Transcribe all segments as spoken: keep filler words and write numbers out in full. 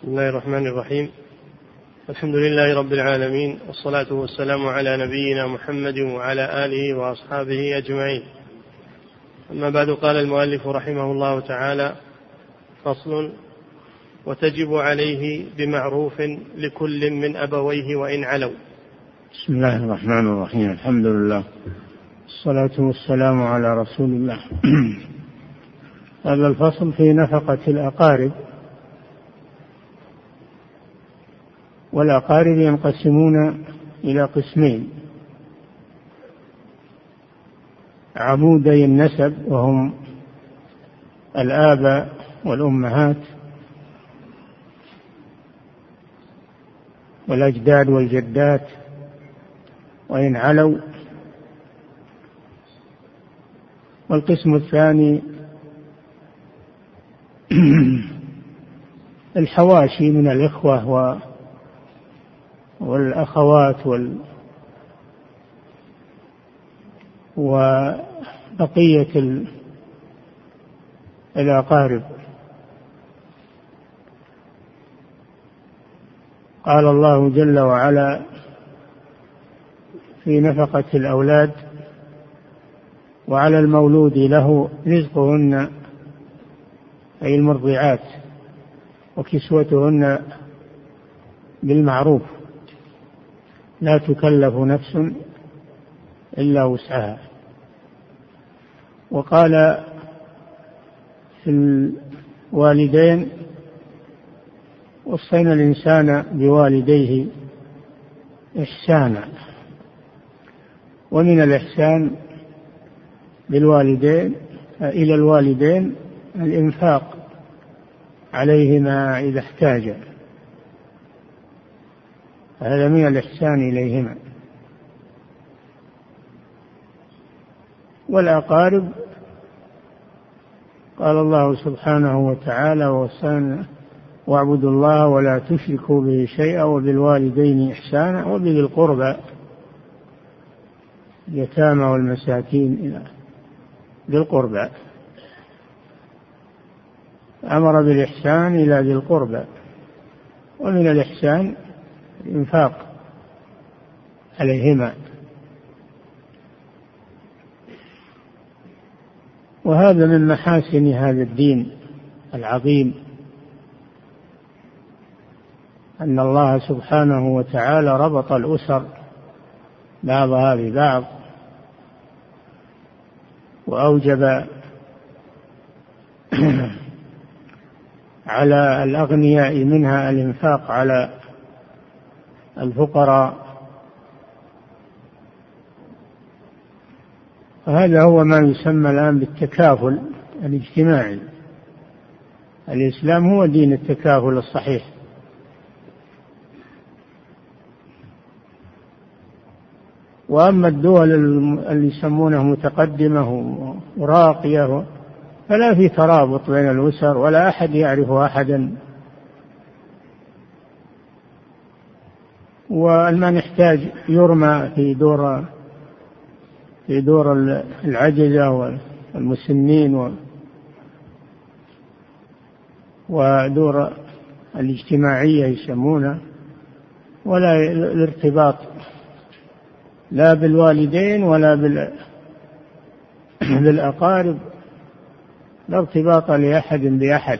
بسم الله الرحمن الرحيم. الحمد لله رب العالمين، والصلاة والسلام على نبينا محمد وعلى آله وأصحابه أجمعين. أما بعد، قال المؤلف رحمه الله تعالى: فصل: وتجب عليه بمعروف لكل من أبويه وإن علوا. بسم الله الرحمن الرحيم. الحمد لله، الصلاة والسلام على رسول الله. هذا الفصل في نفقة الأقارب. والأقارب ينقسمون إلى قسمين: عمودي النسب وهم الآباء والأمهات والأجداد والجدات وإن علوا. والقسم الثاني الحواشي من الإخوة و والأخوات وال وبقية الأقارب. قال الله جل وعلا في نفقة الأولاد: وعلى المولود له رزقهن، أي المرضعات، وكسوتهن بالمعروف، لا تكلف نفس إلا وسعها. وقال في الوالدين: وصينا الإنسان بوالديه إحسانا. ومن الإحسان بالوالدين إلى الوالدين الإنفاق عليهما إذا احتاجا، هذا من الإحسان إليهما. والأقارب قال الله سبحانه وتعالى: ووصانا واعبدوا الله ولا تشركوا به شيئا وبالوالدين إحسانا وبذي القربى اليتامى والمساكين إلى ذي القربى. أمر بالإحسان إلى ذي القربى. ومن الإحسان الإنفاق عليهما. وهذا من محاسن هذا الدين العظيم، أن الله سبحانه وتعالى ربط الأسر بعضها ببعض، وأوجب على الأغنياء منها الإنفاق على الفقراء. وهذا هو ما يسمى الآن بالتكافل الاجتماعي. الإسلام هو دين التكافل الصحيح. وأما الدول اللي يسمونها متقدمة وراقية فلا في ترابط بين الأسر، ولا أحد يعرف أحدا، والمن يحتاج يرمى في دور في دور العجزة والمسنين ودور الاجتماعية يسمونها. ولا الارتباط لا بالوالدين ولا بالأقارب، لا ارتباط لأحد بأحد،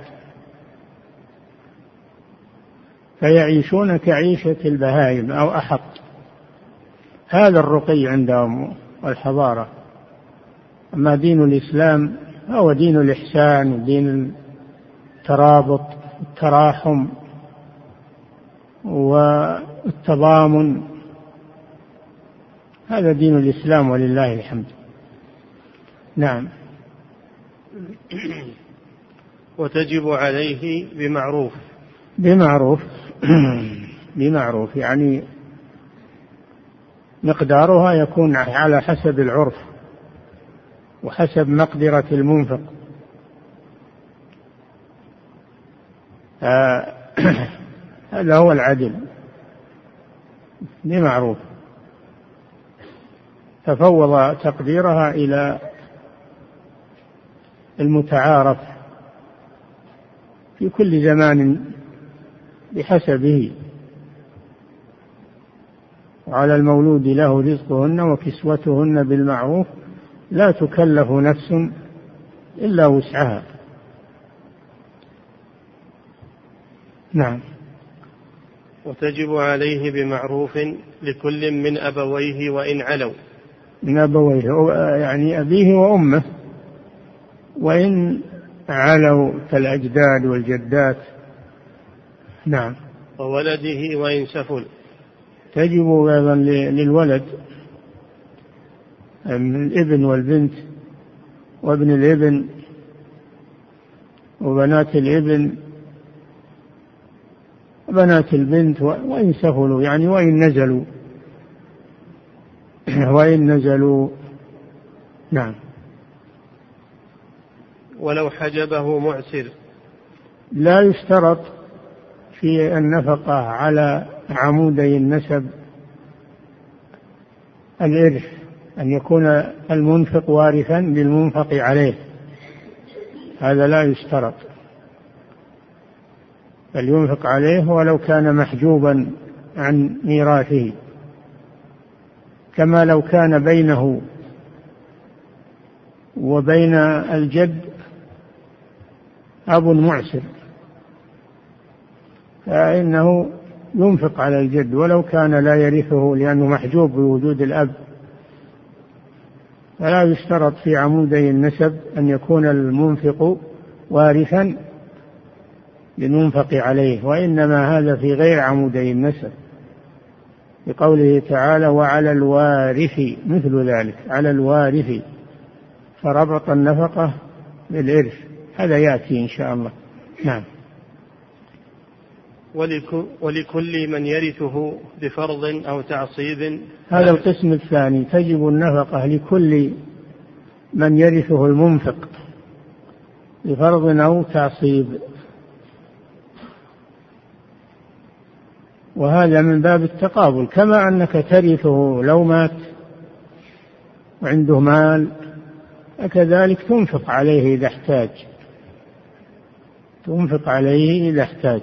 فيعيشون كعيشة البهائم أو أحط. هذا الرقي عندهم والحضارة. أما دين الإسلام هو دين الإحسان ودين الترابط والتراحم والتضامن. هذا دين الإسلام ولله الحمد. نعم. وتجب عليه بمعروف. بمعروف بمعروف يعني مقدارها يكون على حسب العرف وحسب مقدرة المنفق. هذا هو العدل. بمعروف. ففوض تقديرها إلى المتعارف في كل زمان بحسبه. وعلى المولود له رزقهن وكسوتهن بالمعروف لا تكلف نفس إلا وسعها. نعم. وتجب عليه بمعروف لكل من أبويه وإن علوا. من أبويه يعني أبيه وأمه، وإن علوا كالأجداد والجدات. نعم. وولده وإن سفل. تجب أيضا للولد من الابن والبنت وابن الابن وبنات الابن وبنات البنت وإن سفلوا يعني وإن نزلوا وإن نزلوا. نعم. ولو حجبه معسر. لا يشترط في النفقة على عمودي النسب الإرث أن يكون المنفق وارثا للمنفق عليه، هذا لا يشترط، بل ينفق عليه ولو كان محجوبا عن ميراثه، كما لو كان بينه وبين الجد أب معسر فإنه ينفق على الجد ولو كان لا يرثه لأنه محجوب بوجود الأب. فلا يشترط في عمودي النسب أن يكون المنفق وارثا للمنفق عليه، وإنما هذا في غير عمودي النسب، بقوله تعالى وعلى الوارث مثل ذلك، على الوارث، فربط النفقة بالإرث، هذا يأتي إن شاء الله. نعم. ولكل من يرثه بفرض أو تعصيب. هذا القسم الثاني، تجب النفقة لكل من يرثه المنفق بفرض أو تعصيب، وهذا من باب التقابل، كما أنك ترثه لو مات وعنده مال وكذلك تنفق عليه إذا احتاج، تنفق عليه إذا احتاج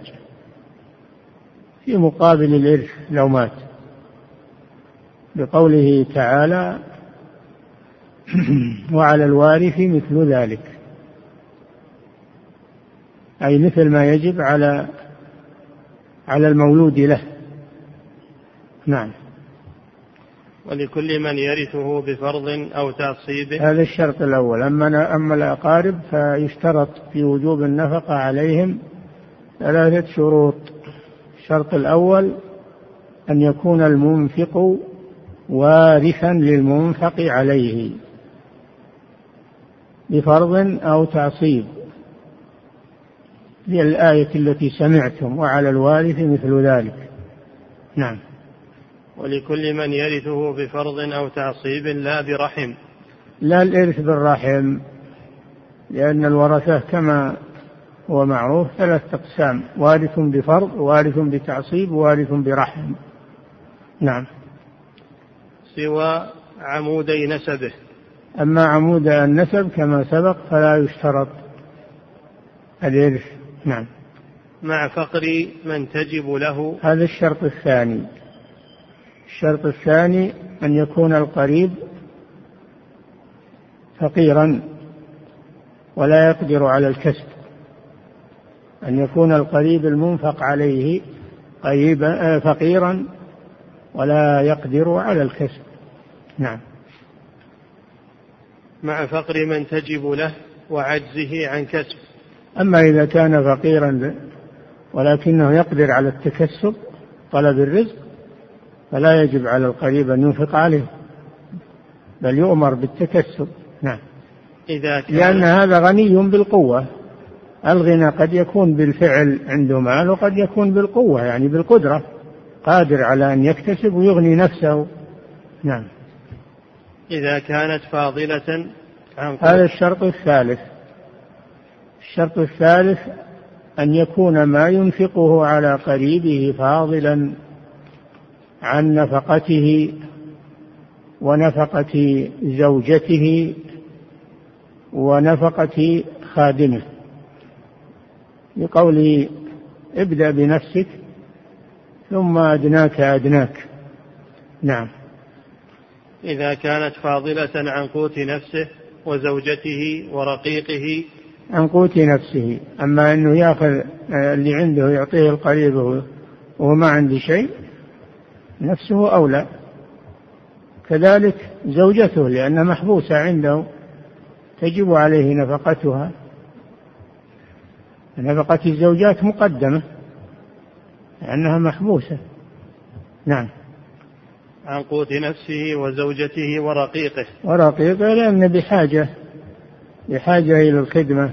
في مقابل الإرث لو مات، بقوله تعالى وعلى الوارث مثل ذلك، أي مثل ما يجب على على المولود له. نعم. ولكل من يرثه بفرض أو تعصيب. هذا الشرط الأول. أما أما الأقارب فيشترط في وجوب النفقة عليهم ثلاثة شروط. الشرط الأول أن يكون المنفق وارثا للمنفق عليه بفرض أو تعصيب، هي الآية التي سمعتم وعلى الوارث مثل ذلك. نعم. ولكل من يرثه بفرض أو تعصيب لا برحم. لا الإرث بالرحم، لأن الورثة كما هو معروف ثلاثة أقسام: وارث بفرض، وارث بتعصيب، وارث برحم. نعم. سوى عمودي نسبه. أما عمود النسب كما سبق فلا يشترط الإرث. نعم. مع فقر من تجب له. هذا الشرط الثاني. الشرط الثاني أن يكون القريب فقيرا ولا يقدر على الكسب، أن يكون القريب المنفق عليه قريبا فقيرا ولا يقدر على الكسب. نعم. مع فقر من تجب له وعجزه عن كسب. أما إذا كان فقيرا ولكنه يقدر على التكسب طلب الرزق فلا يجب على القريب أن ينفق عليه، بل يؤمر بالتكسب. نعم. إذا كان لأن هذا غني بالقوة. الغنى قد يكون بالفعل عنده مال، وقد يكون بالقوة يعني بالقدرة، قادر على أن يكتسب ويغني نفسه. نعم. إذا كانت فاضلة عن هذا الشرط الثالث. الشرط الثالث أن يكون ما ينفقه على قريبه فاضلا عن نفقته ونفقة زوجته ونفقة خادمه، لقوله ابدأ بنفسك ثم أدناك أدناك. نعم. إذا كانت فاضلة عن قوت نفسه وزوجته ورقيقه. عن قوت نفسه، أما أنه يأخذ اللي عنده يعطيه القريب وهو ما عنده شيء، نفسه أولى. كذلك زوجته لأنها محبوسة عنده تجب عليه نفقتها. نفقة الزوجات مقدمة لأنها محبوسة. نعم. عن قوت نفسه وزوجته ورقيقه. ورقيقه لأن بحاجة بحاجة إلى الخدمة،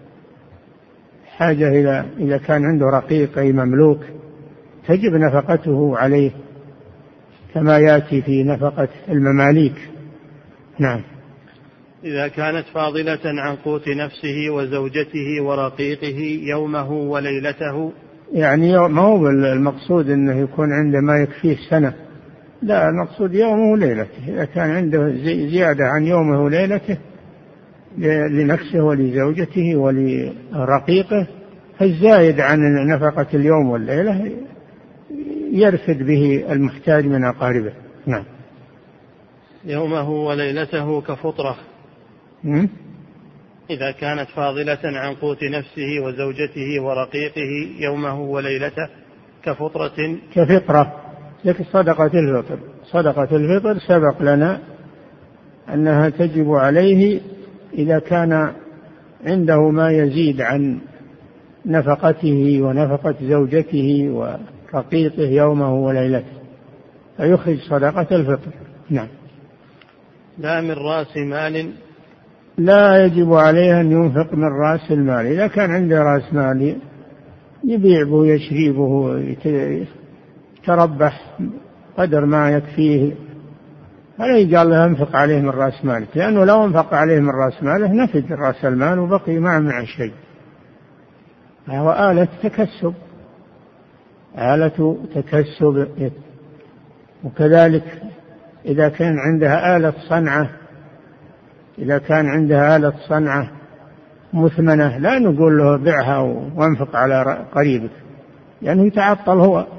حاجة إلى إذا كان عنده رقيق أي مملوك تجب نفقته عليه كما يأتي في نفقة المماليك. نعم. إذا كانت فاضلة عن قوت نفسه وزوجته ورقيقه يومه وليلته. يعني ما هو المقصود أنه يكون عنده ما يكفيه سنة، لا، المقصود يومه وليلته. إذا كان عنده زيادة عن يومه وليلته لنفسه ولزوجته ولرقيقه، فالزايد عن نفقة اليوم والليلة يرفد به المحتاج من أقاربه. نعم. يومه وليلته كفطرة. م? إذا كانت فاضلة عن قوت نفسه وزوجته ورقيقه يومه وليلته كفطرة. كفطرة لك صدقة الفطر. صدقة الفطر سبق لنا أنها تجب عليه إذا كان عنده ما يزيد عن نفقته ونفقة زوجته ورقيقه يومه وليلته فيخرج صدقة الفطر. نعم. لا من رأس مال. لا يجب عليه أن ينفق من رأس المال. إذا كان عنده رأس مال يبيع به يشري به يتربح قدر ما يكفيه، فلا يقال له انفق عليه من رأس مالك، لأنه لو انفق عليه من رأس ماله نفد رأس المال وبقي ما معه شيء. هو آلة تكسب، آلة تكسب. وكذلك إذا كان عندها آلة صنعة، إذا كان عندها آلة صنعة مثمنة لا نقول له بيعها وانفق على قريبك لأنه يتعطل هو.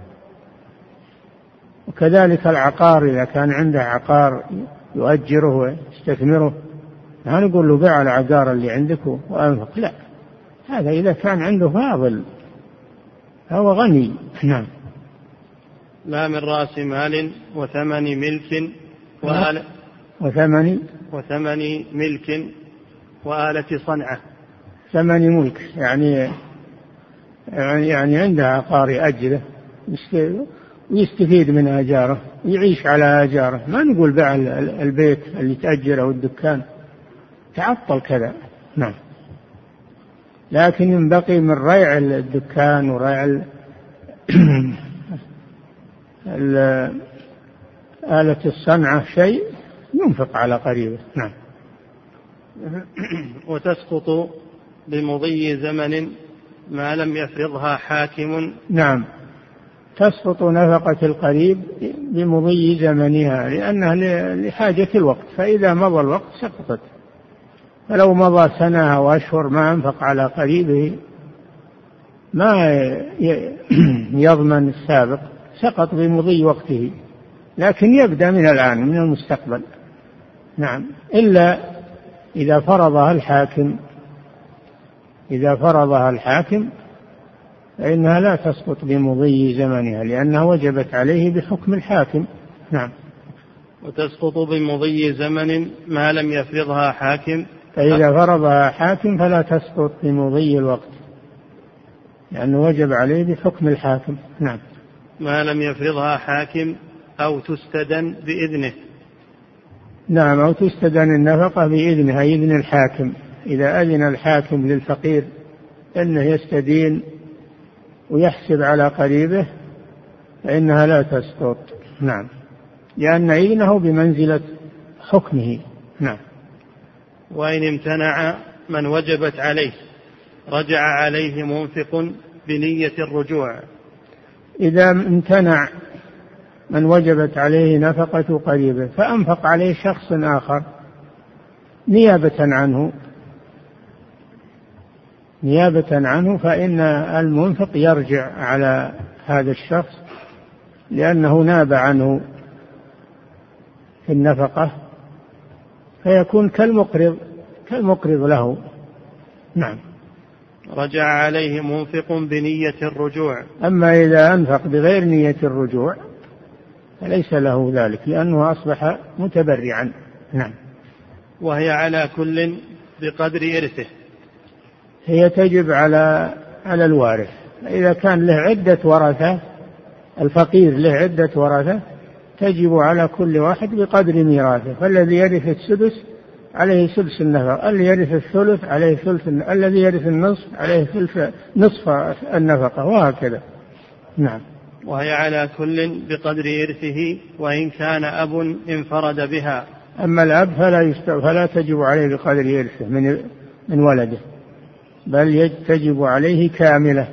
وكذلك العقار، إذا كان عنده عقار يؤجره ويستثمره لا نقول له بيع العقار اللي عندك وانفق، لا، هذا إذا كان عنده فاضل هو غني. نعم. لا من رأس مال وثمن ملك وآلة وثمن وثمن ملك وآلة صنعة. ثمن ملك يعني يعني عنده عقار يأجره ويستفيد من آجاره ويعيش على آجاره، ما نقول بيع البيت اللي تأجره أو الدكان تعطل كذا. نعم. لكن ينبغي من ريع الدكان وريع آلة الصنعة شيء ينفق على قريبه. نعم. وتسقط بمضي زمن ما لم يفرضها حاكم. نعم، تسقط نفقة القريب بمضي زمنها لأنها لحاجة الوقت، فإذا مضى الوقت سقطت. فلو مضى سنة وأشهر ما أنفق على قريبه ما يضمن السابق، سقط بمضي وقته، لكن يبدأ من الآن من المستقبل. نعم. إلا إذا فرضها الحاكم، إذا فرضها الحاكم فإنها لا تسقط بمضي زمنها لأنها وجبت عليه بحكم الحاكم. نعم. وتسقط بمضي زمن ما لم يفرضها حاكم. فإذا فرضها حاكم فلا تسقط بمضي الوقت لأنه وجب عليه بحكم الحاكم. نعم. ما لم يفرضها حاكم أو تستدن بإذنه. نعم، أو تستدن النفقة بإذنها، إذن الحاكم. إذا أذن الحاكم للفقير أنه يستدين ويحسب على قريبه فإنها لا تسقط. نعم، لأن إذنه بمنزلة حكمه. نعم. وإن امتنع من وجبت عليه رجع عليه منفق بنية الرجوع. إذا امتنع من وجبت عليه نفقة قريبه فأنفق عليه شخص آخر نيابة عنه، نيابة عنه، فإن المنفق يرجع على هذا الشخص لأنه ناب عنه في النفقة، فيكون كالمقرض كالمقرض له. نعم. رجع عليه منفق بنية الرجوع. أما إذا أنفق بغير نية الرجوع فليس له ذلك لأنه أصبح متبرعا. نعم. وهي على كل بقدر إرثه. هي تجب على على الوارث. إذا كان له عدة ورثة، الفقير له عدة ورثة، تجب على كل واحد بقدر ميراثه، فالذي يرث السدس عليه سدس النفقة، الذي يرث الثلث عليه ثلث، الذي يرث النصف عليه ثلث نصف النفقة، وهكذا. نعم. وهي على كل بقدر إرثه وإن كان أب انفرد بها. أما الأب فلا, يست... فلا تجب عليه بقدر إرثه من... من ولده، بل تجب عليه كاملة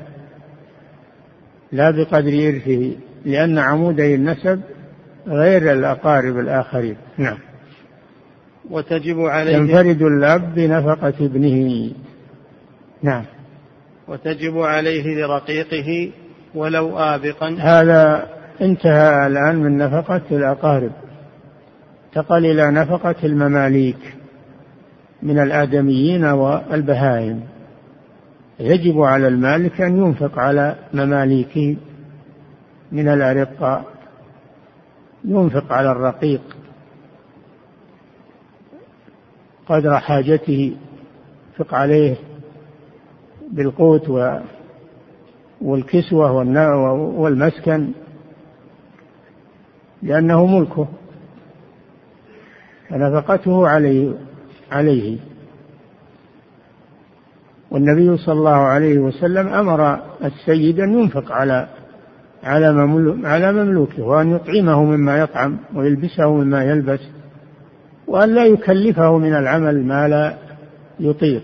لا بقدر إرثه، لأن عمودي النسب غير الأقارب الآخرين. نعم. وتجب عليه ينفرد الأب بنفقة ابنه. نعم. وتجب عليه لرقيقه ولو آبقا. هذا انتهى الآن من نفقة الأقارب، انتقل إلى نفقة المماليك من الآدميين والبهائم. يجب على المالك أن ينفق على مماليكه من الأرقاء، ينفق على الرقيق قدر حاجته، ينفق عليه بالقوت والكسوة والمسكن لأنه ملكه، فنفقته عليه عليه والنبي صلى الله عليه وسلم أمر السيد أن ينفق على على مملوكه، وأن يطعمه مما يطعم ويلبسه مما يلبس، وأن لا يكلفه من العمل ما لا يطيق.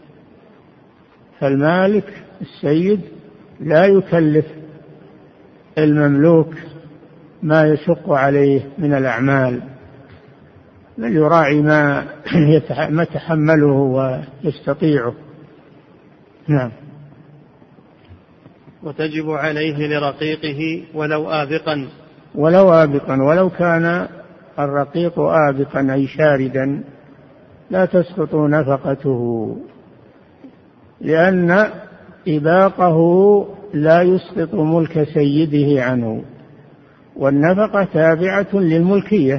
فالمالك السيد لا يكلف المملوك ما يشق عليه من الأعمال، بل يراعي ما ما تحمله ويستطيعه. نعم. وتجب عليه لرقيقه ولو آبقا. ولو آبقا، ولو كان الرقيق آبقا أي شاردا لا تسقط نفقته، لأن إباقه لا يسقط ملك سيده عنه، والنفقة تابعة للملكية،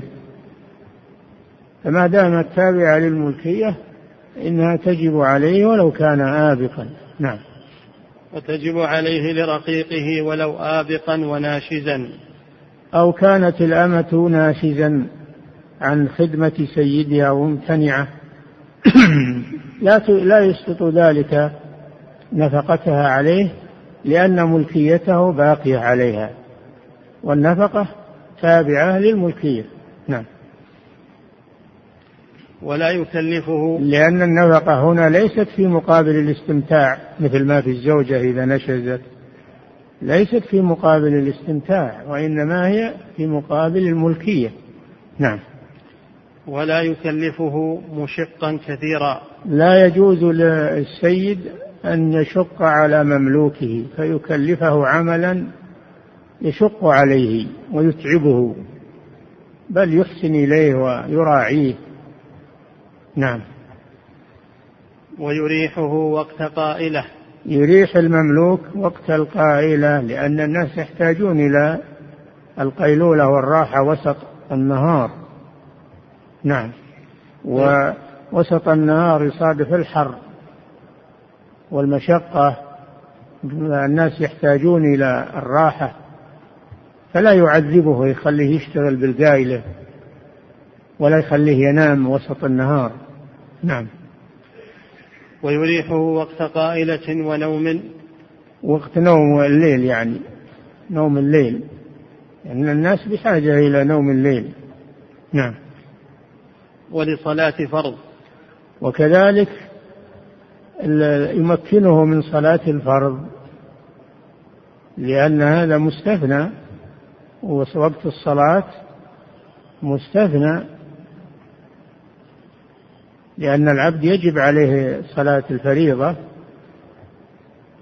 فما دامت تابعة للملكية إنها تجب عليه ولو كان آبقا. نعم. وتجب عليه لرقيقه ولو آبقا وناشزا. أو كانت الأمة ناشزا عن خدمة سيدها وممتنعة لا لا يسقط ذلك نفقتها عليه، لأن ملكيته باقية عليها، والنفقة تابعة للملكية. نعم. ولا يكلفه، لأن النفقة هنا ليست في مقابل الاستمتاع مثل ما في الزوجة إذا نشزت، ليست في مقابل الاستمتاع، وإنما هي في مقابل الملكية. نعم. ولا يكلفه مشقا كثيرا. لا يجوز للسيد أن يشق على مملوكه فيكلفه عملا يشق عليه ويتعبه، بل يحسن إليه ويراعيه. نعم. ويريحه وقت قائلة. يريح المملوك وقت القائلة، لأن الناس يحتاجون إلى القيلولة والراحة وسط النهار. نعم. ووسط النهار يصادف الحر والمشقة، الناس يحتاجون إلى الراحة، فلا يعذبه ويخليه يشتغل بالقائلة ولا يخليه ينام وسط النهار. نعم. ويريحه وقت قائلة ونوم. وقت نوم الليل، يعني نوم الليل، لأن يعني الناس بحاجة إلى نوم الليل. نعم. ولصلاة فرض. وكذلك يمكنه من صلاة الفرض، لأن هذا مستثنى، ووقت الصلاة مستثنى، لأن العبد يجب عليه صلاة الفريضة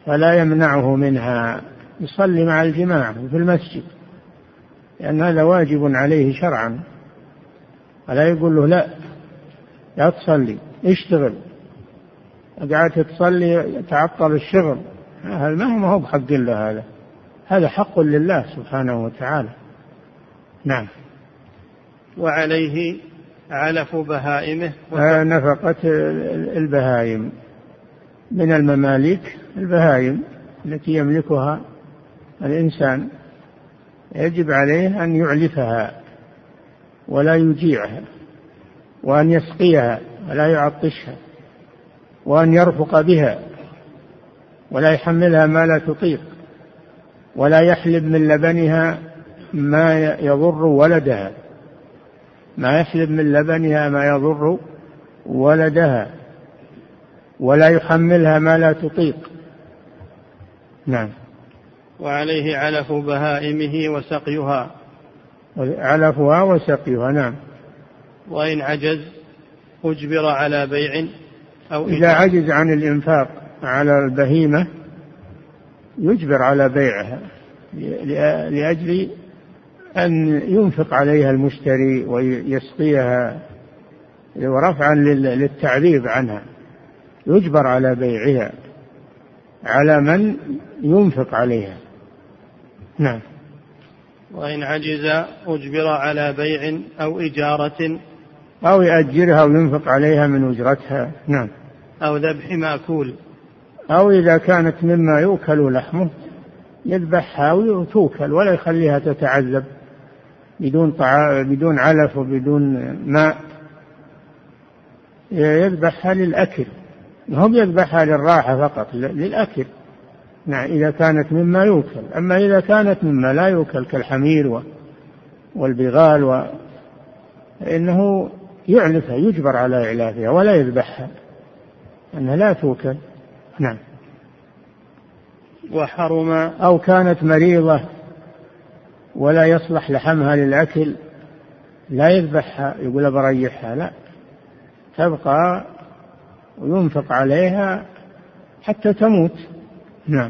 فلا يمنعه منها، يصلي مع الجماعة في المسجد، لأن هذا واجب عليه شرعا، فلا يقول له لا لا تصلي اشتغل، قعدت تصلي تعطل الشغل، هذا ما هو بحق الله، هذا هذا حق لله سبحانه وتعالى. نعم. وعليه علف بهائمه نفقة البهائم من المماليك، البهائم التي يملكها الإنسان يجب عليه أن يعلفها ولا يجيعها، وأن يسقيها ولا يعطشها، وأن يرفق بها ولا يحملها ما لا تطيق، ولا يحلب من لبنها ما يضر ولدها، ما يحلب من لبنها ما يضر ولدها، ولا يحملها ما لا تطيق. نعم. وعليه علف بهائمه وسقيها، علفها وسقيها. نعم. وإن عجز أجبر على بيع أو إذا عجز عن الإنفاق على البهيمة يجبر على بيعها لأجل أن ينفق عليها المشتري ويسقيها ورفعا للتعريض عنها، يجبر على بيعها على من ينفق عليها. نعم. وإن عجز أجبر على بيع أو إجارة أو يأجرها وينفق عليها من أجرتها. نعم. أو ذبح مأكول، أو إذا كانت مما يؤكل لحمه يذبحها وتوكل ولا يخليها تتعذب بدون طعام بدون علف وبدون ماء، يذبحها للأكل، هم يذبحها للراحة فقط للأكل. نعم. إذا كانت مما يؤكل. أما إذا كانت مما لا يؤكل كالحمير والبغال فإنه يعلفها، يجبر على إعلافها ولا يذبحها، أنها لا توكل. نعم. وحرم أو كانت مريضة ولا يصلح لحمها للأكل لا يذبحها يقول بريحها، لا، تبقى وينفق عليها حتى تموت. نعم.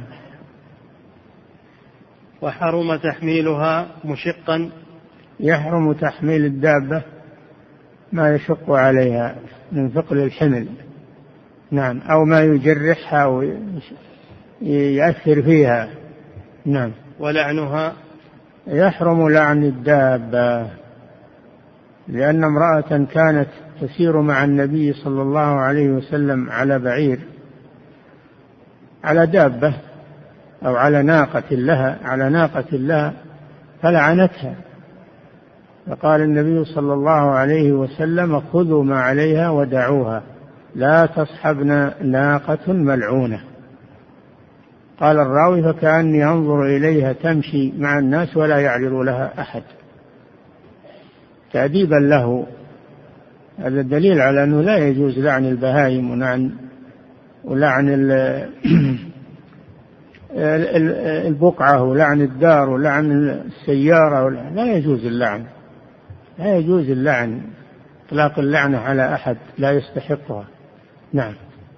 وحرم تحميلها مشقا، يحرم تحميل الدابة ما يشق عليها من ثقل الحمل. نعم. أو ما يجرحها ويأثر فيها. نعم. ولعنها، يحرم لعن الدابة، لأن امرأة كانت تسير مع النبي صلى الله عليه وسلم على بعير، على دابة أو على ناقة لها على ناقة لها فلعنتها، فقال النبي صلى الله عليه وسلم خذوا ما عليها ودعوها لا تصحبنا ناقة ملعونة. قال الراوي فكأني أنظر إليها تمشي مع الناس ولا يعرض لها أحد، تأديبا له. هذا الدليل على أنه لا يجوز لعن البهائم ولعن ولعن البقعة ولعن الدار ولعن السيارة، لا يجوز اللعن، لا يجوز اللعن، إطلاق اللعنة على أحد لا يستحقها. نعم.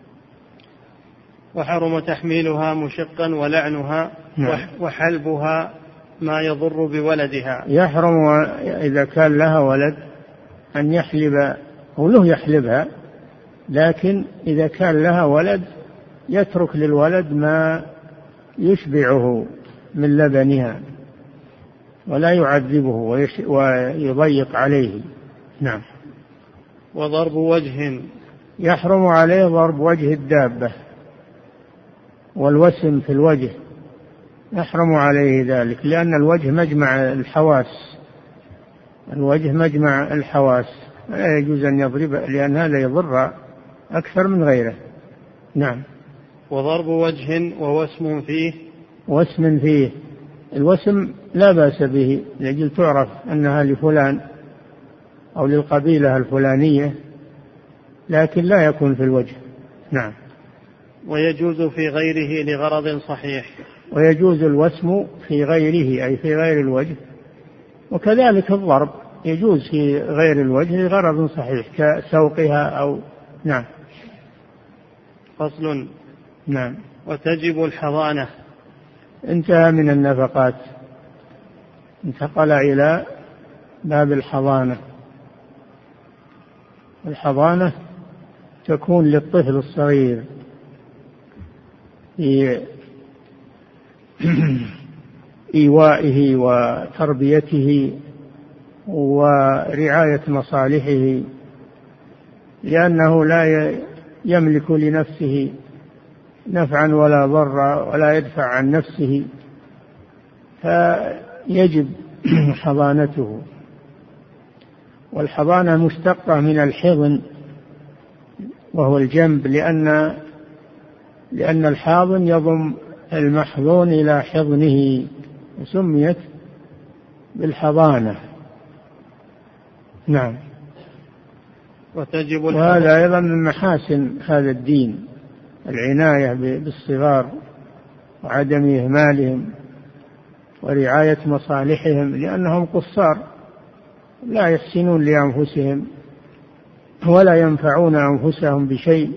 وحرم تحميلها مشقا ولعنها. نعم. وحلبها ما يضر بولدها، يحرم إذا كان لها ولد أن يحلب، هو له يحلبها، لكن إذا كان لها ولد يترك للولد ما يشبعه من لبنها ولا يعذبه ويضيق عليه. نعم. وضرب وجه، يحرم عليه ضرب وجه الدابة والوسم في الوجه، يحرم عليه ذلك، لأن الوجه مجمع الحواس، الوجه مجمع الحواس، لا يجوز أن يضرب، لأن هذا يضر أكثر من غيره. نعم. وضرب وجه ووسم فيه، وسم فيه، الوسم لا بأس به لأجل تعرف أنها لفلان أو للقبيلة الفلانية، لكن لا يكون في الوجه. نعم. ويجوز في غيره لغرض صحيح، ويجوز الوسم في غيره أي في غير الوجه، وكذلك الضرب يجوز في غير الوجه لغرض صحيح كسوقها أو. نعم. فصل. نعم. وتجب الحضانة. انتهى من النفقات، انتقل إلى باب الحضانة. الحضانة تكون للطفل الصغير في إيوائه وتربيته ورعاية مصالحه، لأنه لا يملك لنفسه نفعا ولا ضرا ولا يدفع عن نفسه، فيجب حضانته. والحضانة مشتقة من الحضن وهو الجنب، لأن لأن الحاضن يضم المحضون إلى حضنه، وسميت بالحضانة. نعم. وتجب وهذا أيضا من محاسن هذا الدين، العناية بالصغار وعدم إهمالهم ورعاية مصالحهم، لأنهم قصار لا يحسنون لأنفسهم ولا ينفعون أنفسهم بشيء،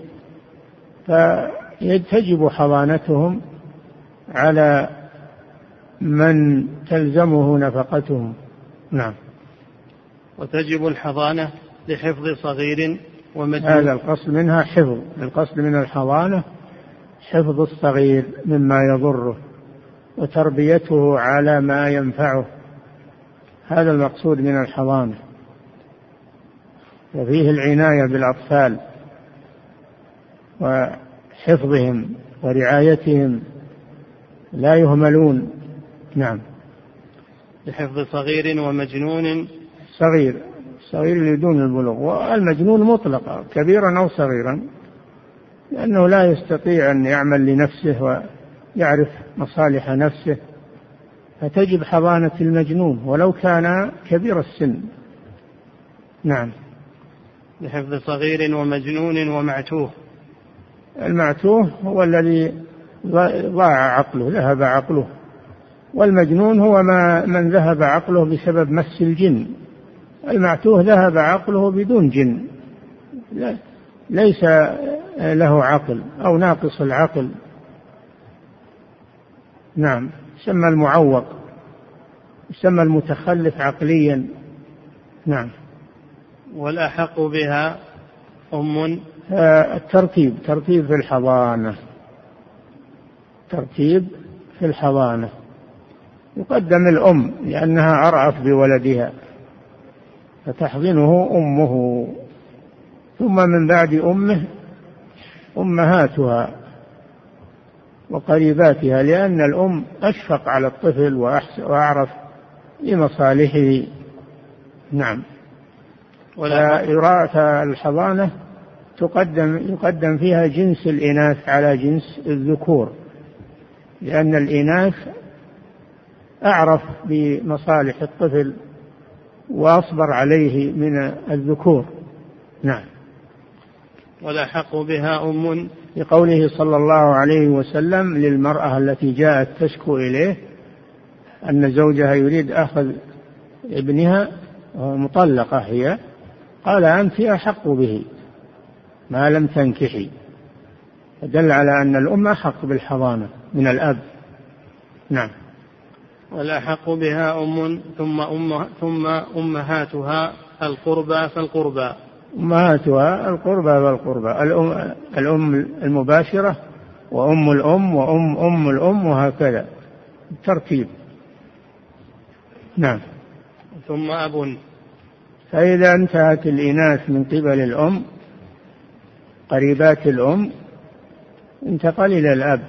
فتجب حضانتهم على من تلزمه نفقتهم. نعم. وتجب الحضانة لحفظ صغير ومجنون. هذا القصد منها حفظ، القصد من الحضانة حفظ الصغير مما يضره وتربيته على ما ينفعه، هذا المقصود من الحضانة. وفيه العناية بالأطفال وحفظهم ورعايتهم، لا يهملون. نعم. لحفظ صغير ومجنون. صغير، صغير بدون البلوغ، والمجنون مطلقا كبيرا أو صغيرا، لأنه لا يستطيع أن يعمل لنفسه ويعرف مصالح نفسه، فتجب حضانة المجنون ولو كان كبير السن. نعم. لحفظ صغير ومجنون ومعتوه. المعتوه هو الذي ضاع عقله، ذهب عقله، والمجنون هو ما من ذهب عقله بسبب مس الجن. المعتوه ذهب عقله بدون جن، ليس له عقل أو ناقص العقل. نعم. يسمى المعوق، يسمى المتخلف عقليا. نعم. والأحق بها أم. الترتيب، ترتيب في الحضانة، ترتيب في الحضانة. يقدم الأم لأنها أرأف بولدها فتحضنه أمه، ثم من بعد أمه أمهاتها وقريباتها، لأن الأم أشفق على الطفل وأعرف بمصالحه. نعم. وإراءة الحضانة تقدم يقدم فيها جنس الإناث على جنس الذكور، لأن الإناث أعرف بمصالح الطفل وأصبر عليه من الذكور. نعم. والأحق بها أم. لقوله صلى الله عليه وسلم للمرأة التي جاءت تشكو إليه أن زوجها يريد أخذ ابنها مطلقة هي، قال أنت أحق به ما لم تنكحي، فدل على أن الأم أحق بالحضانة من الأب. نعم. والأحق بها أم ثم أم ثم أمهاتها القربى فالقربى. أمهاتها القربى فالقربى، الأم, الأم المباشرة وأم الأم وأم أم الأم وهكذا الترتيب. نعم. ثم أب. فإذا انتهت الإناث من قبل الأم قريبات الأم انتقل إلى الأب،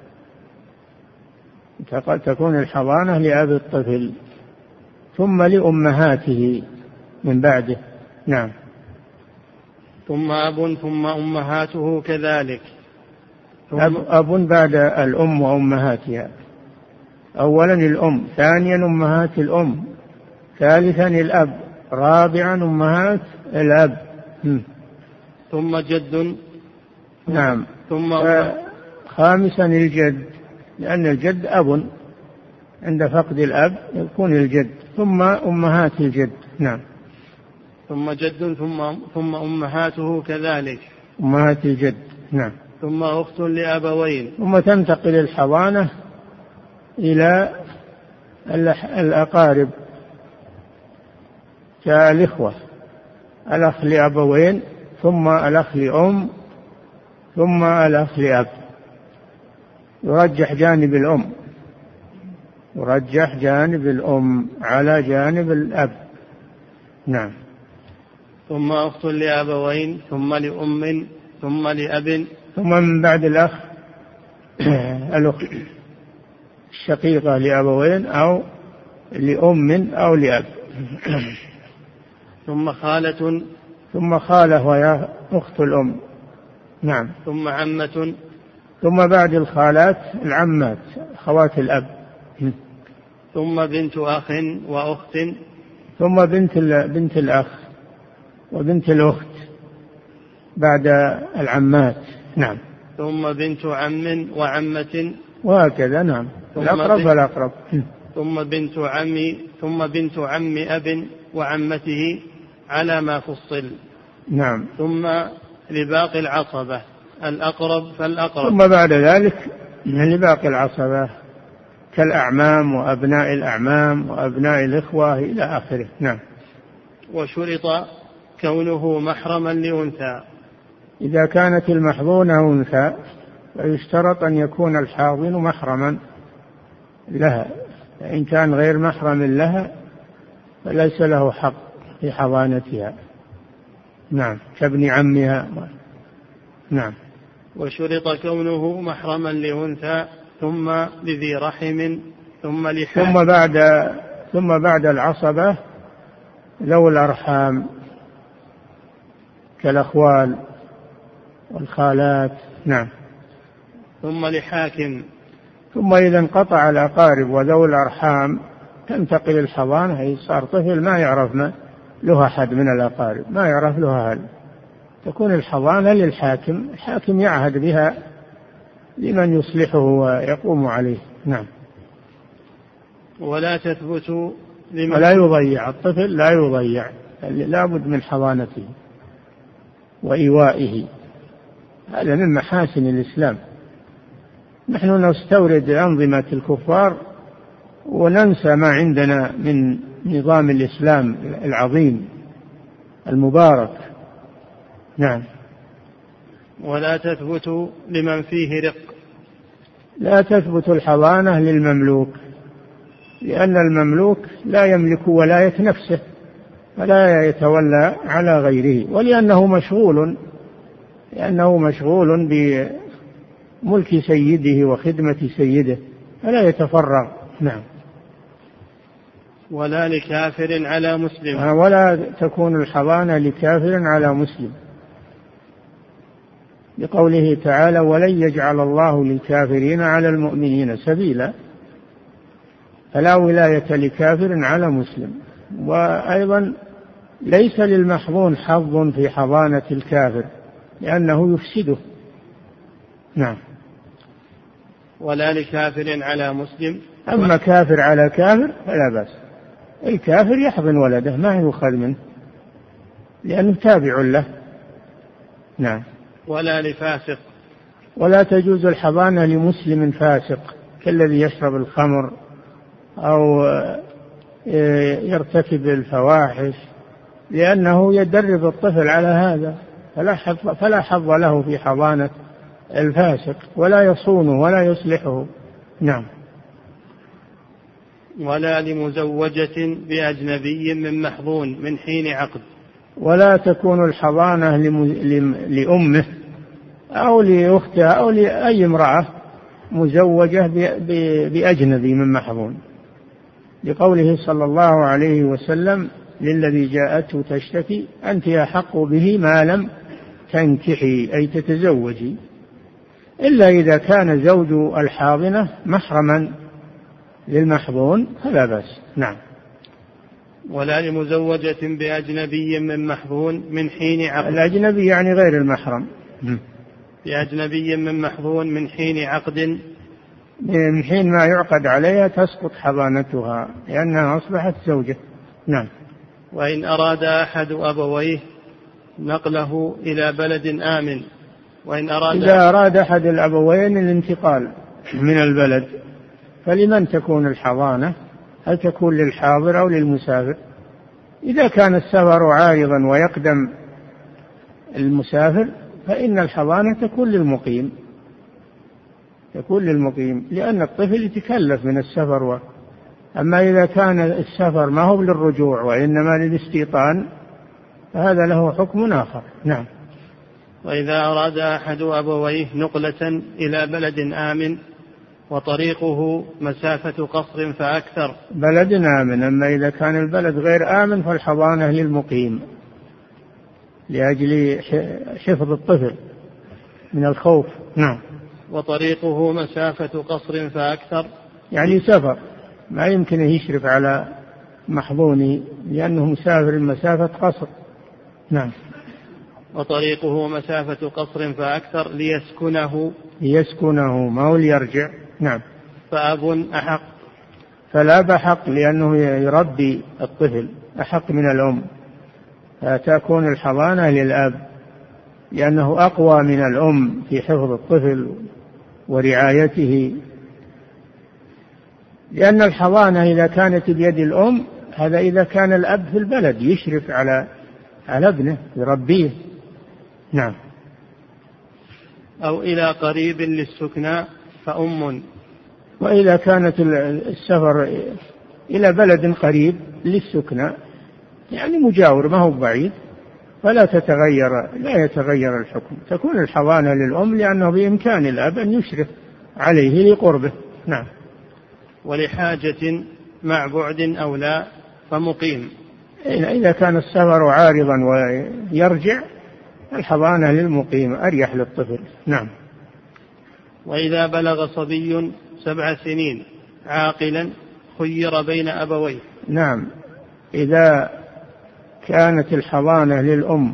تكون الحضانة لأب الطفل ثم لأمهاته من بعده. نعم. ثم أب ثم أمهاته كذلك. أب, أب بعد الأم وأمهاتها، أولا الأم، ثانيا أمهات الأم، ثالثا الأب، رابعا أمهات الأب. ثم جد. نعم. ثم خامسا الجد، لأن الجد أب، عند فقد الأب يكون الجد، ثم أمهات الجد. نعم. ثم جد ثم ثم أمهاته كذلك. أمهات الجد. نعم. ثم أخت لأبوين. ثم تنتقل الحضانة إلى الأقارب كالإخوة، الأخ لأبوين ثم الأخ لأم ثم الأخ لأب. يرجح جانب الأم، يرجح جانب الأم على جانب الأب. نعم. ثم أخت لأبوين ثم لأم ثم لأب. ثم من بعد الأخ الأخت الشقيقة لأبوين أو لأم أو لأب. ثم خالة. ثم خالة وهي أخت الأم. نعم. ثم عمة. ثم بعد الخالات العمات خوات الأب. ثم بنت أخ وأخت. ثم بنت بنت الأخ وبنت الأخت بعد العمات. نعم. ثم بنت عم وعمة وهكذا. نعم. الأقرب فالأقرب. ثم بنت عم ثم بنت عم أب وعمته على ما فصل. نعم. ثم لباقي العصبة الأقرب فالأقرب. ثم بعد ذلك لباقي العصبة كالأعمام وأبناء الأعمام وأبناء الإخوة إلى آخره. نعم. وشرط كونه محرما لأنثى. إذا كانت المحظونة أنثى فيشترط أن يكون الحاضن محرما لها، فإن كان غير محرم لها فليس له حق في حضانتها. نعم. كابن عمها. نعم. وشرط كونه محرما لأنثى ثم لذي رحم ثم لحاكم. ثم بعد ثم بعد العصبة ذوي الأرحام كالأخوال والخالات. نعم. ثم لحاكم. ثم إذا انقطع الأقارب وذوي الأرحام تنتقل الحضانة، أي صار طفل ما يعرف ما له أحد من الأقارب، ما يعرف له أحد، تكون الحضانة للحاكم، الحاكم يعهد بها لمن يصلحه ويقوم عليه. نعم. ولا تثبت لمن ولا يضيع الطفل، لا يضيع، لا بد من حضانته وإيوائه، هذا من محاسن الإسلام. نحن نستورد أنظمة الكفار وننسى ما عندنا من نظام الإسلام العظيم المبارك. نعم. ولا تثبت لمن فيه رق. لا تثبت الحضانة للمملوك، لأن المملوك لا يملك ولاية نفسه فلا يتولى على غيره، ولأنه مشغول لأنه مشغول بملك سيده وخدمة سيده فلا يتفرغ. نعم. ولا لكافر على مسلم. ولا تكون الحضانة لكافر على مسلم، لقوله تعالى ولن يجعل الله للكافرين على المؤمنين سبيلا، فلا ولاية لكافر على مسلم. وأيضا ليس للمحظون حظ في حضانة الكافر لأنه يفسده. نعم. ولا لكافر على مسلم. أما كافر على كافر فلا بأس، الكافر يحضن ولده ما يؤخذ منه لأنه تابع له. نعم. ولا لفاسق. ولا تجوز الحضانة لمسلم فاسق كالذي يشرب الخمر أو يرتكب الفواحش، لأنه يدرب الطفل على هذا، فلا حظ, فلا حظ له في حضانة الفاسق، ولا يصونه ولا يصلحه. نعم. ولا لمزوجة بأجنبي من محظون من حين عقد. ولا تكون الحضانة لأمه أو لأختها أو لأي امرأة مزوجة بأجنبي من محظون، لقوله صلى الله عليه وسلم للذي جاءته تشتكي أنت أحق به ما لم تنكحي، أي تتزوجي، إلا إذا كان زوج الحاضنة محرما للمحظون فلا بأس. نعم. ولا لمزوجة بأجنبي من محظون من حين عقد. الأجنبي يعني غير المحرم. بأجنبي من محظون من حين عقد، من حين ما يعقد عليها تسقط حضانتها لأنها أصبحت زوجة. نعم. وإن أراد أحد أبويه نقله إلى بلد آمن وإن أراد إذا أراد أحد الأبوين الانتقال من البلد فلمن تكون الحضانة؟ هل تكون للحاضر أو للمسافر؟ إذا كان السفر عارضا ويقدم المسافر فإن الحضانة تكون للمقيم، تكون للمقيم لأن الطفل يتكلف من السفر و... أما إذا كان السفر ما هو للرجوع وإنما للاستيطان فهذا له حكم آخر. نعم. وإذا أراد أحد أبويه نقلة إلى بلد آمن وطريقه مسافة قصر فأكثر. بلد آمن، أما إذا كان البلد غير آمن فالحضانة للمقيم لأجل حفظ الطفل من الخوف. نعم. وطريقه مسافة قصر فأكثر، يعني سفر ما يمكن يشرف على محظونه لأنه مسافر مسافة قصر. نعم. وطريقه مسافة قصر فأكثر ليسكنه ليسكنه ما هو ليرجع. نعم. فأب أحق، فالأب أحق لأنه يربي الطفل أحق من الأم، فتكون الحضانة للأب لأنه أقوى من الأم في حفظ الطفل ورعايته، لأن الحضانة إذا كانت بيد الأم هذا إذا كان الأب في البلد يشرف على على ابنه يربيه. نعم. أو إلى قريب للسكنى فأم. وإذا كانت السفر إلى بلد قريب للسكنى يعني مجاور ما هو بعيد فلا تتغير لا يتغير الحكم، تكون الحضانة للأم لأنه بإمكان الأب أن يشرف عليه لقربه. نعم. ولحاجة مع بعد أو لا فمقيم. إذا كان السفر عارضا ويرجع الحضانة للمقيم أريح للطفل. نعم. وإذا بلغ صبي سبع سنين عاقلا خير بين أبويه. نعم. إذا كانت الحضانة للأم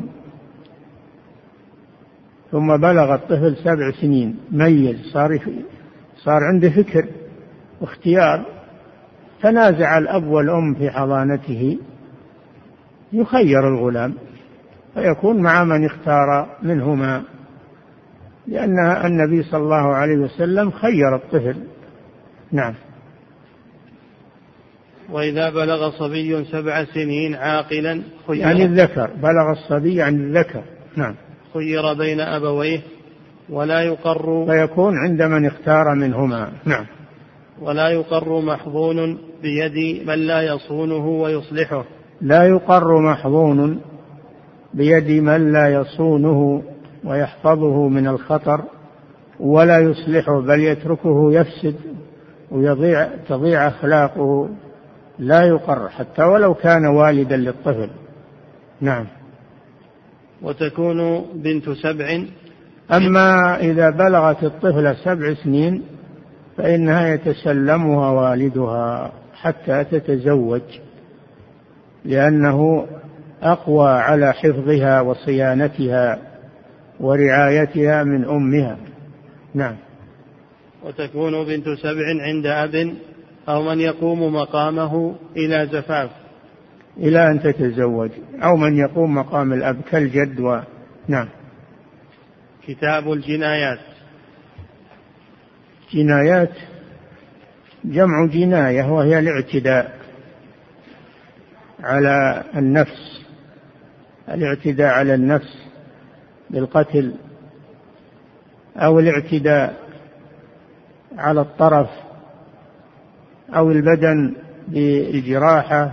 ثم بلغ الطفل سبع سنين ميز صار صار عنده فكر واختيار تنازع الأب والأم في حضانته يخير الغلام فيكون مع من اختار منهما، لأن النبي صلى الله عليه وسلم خير الطفل. نعم. وإذا بلغ صبي سبع سنين عاقلا خير يعني الذكر، بلغ الصبي عن الذكر. نعم. خير بين أبويه ولا يقر فيكون عند من اختار منهما. نعم. ولا يقر محظون بيد من لا يصونه ويصلحه. لا يقر محظون بيد من لا يصونه ويحفظه من الخطر ولا يصلحه بل يتركه يفسد ويضيع تضيع أخلاقه، لا يقر حتى ولو كان والدا للطفل. نعم. وتكون بنت سبع. أما إذا بلغت الطفل سبع سنين فإنها يتسلمها والدها حتى تتزوج لأنه أقوى على حفظها وصيانتها ورعايتها من أمها. نعم. وتكون بنت سبع عند أب أو من يقوم مقامه إلى زفاف إلى أن تتزوج أو من يقوم مقام الأب كالجد و... نعم. كتاب الجنايات. جنايات جمع جناية وهي الاعتداء على النفس، الاعتداء على النفس بالقتل أو الاعتداء على الطرف أو البدن بالجراحة.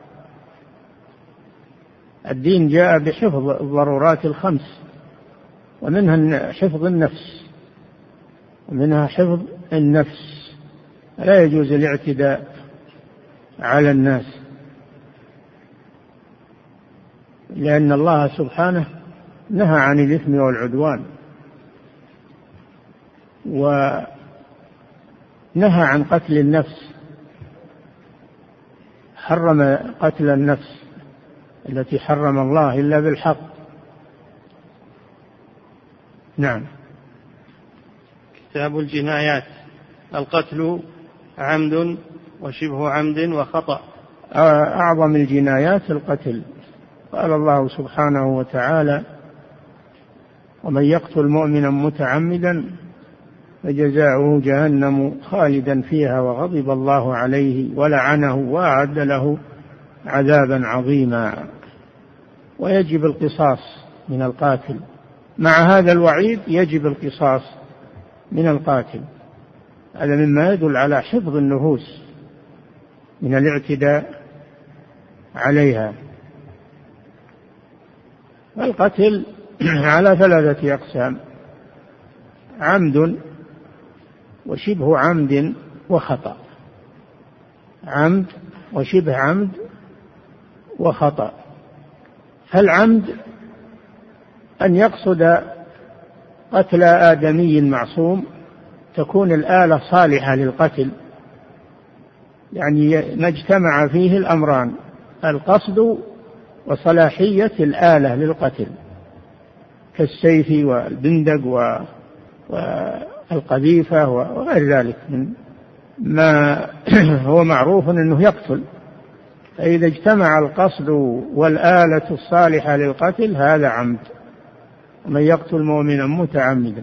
الدين جاء بحفظ الضرورات الخمس ومنها حفظ النفس ومنها حفظ النفس، لا يجوز الاعتداء على الناس لأن الله سبحانه نهى عن الإثم والعدوان ونهى عن قتل النفس، حرم قتل النفس التي حرم الله إلا بالحق. نعم. كتاب الجنايات. القتل عمد وشبه عمد وخطأ. أعظم الجنايات القتل، قال الله سبحانه وتعالى ومن يقتل مؤمنا متعمدا فجزاؤه جهنم خالدا فيها وغضب الله عليه ولعنه وأعد له عذابا عظيما. ويجب القصاص من القاتل، مع هذا الوعيد يجب القصاص من القاتل. هذا مما يدل على حفظ النفوس من الاعتداء عليها. القتل على ثلاثة أقسام: عمد وشبه عمد وخطأ. عمد وشبه عمد وخطأ. فالعمد أن يقصد قتل آدمي معصوم، تكون الآلة صالحة للقتل، يعني ما اجتمع فيه الأمران: القصد وصلاحية الآلة للقتل، كالسيف والبندق والقذيفة وغير ذلك من ما هو معروف أنه يقتل. فإذا اجتمع القصد والآلة الصالحة للقتل هذا عمد. ومن يقتل مؤمنا متعمدا.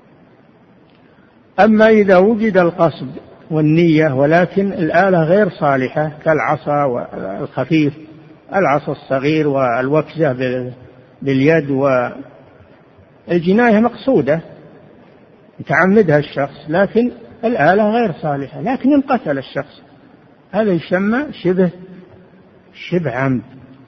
أما إذا وجد القصد والنية ولكن الآلة غير صالحة، كالعصا والخفيف، العصا الصغير والوكزة باليد، والجناية مقصودة يتعمدها الشخص لكن الآلة غير صالحة، لكن انقتل الشخص، هذا يسمى شبه شبه عمد.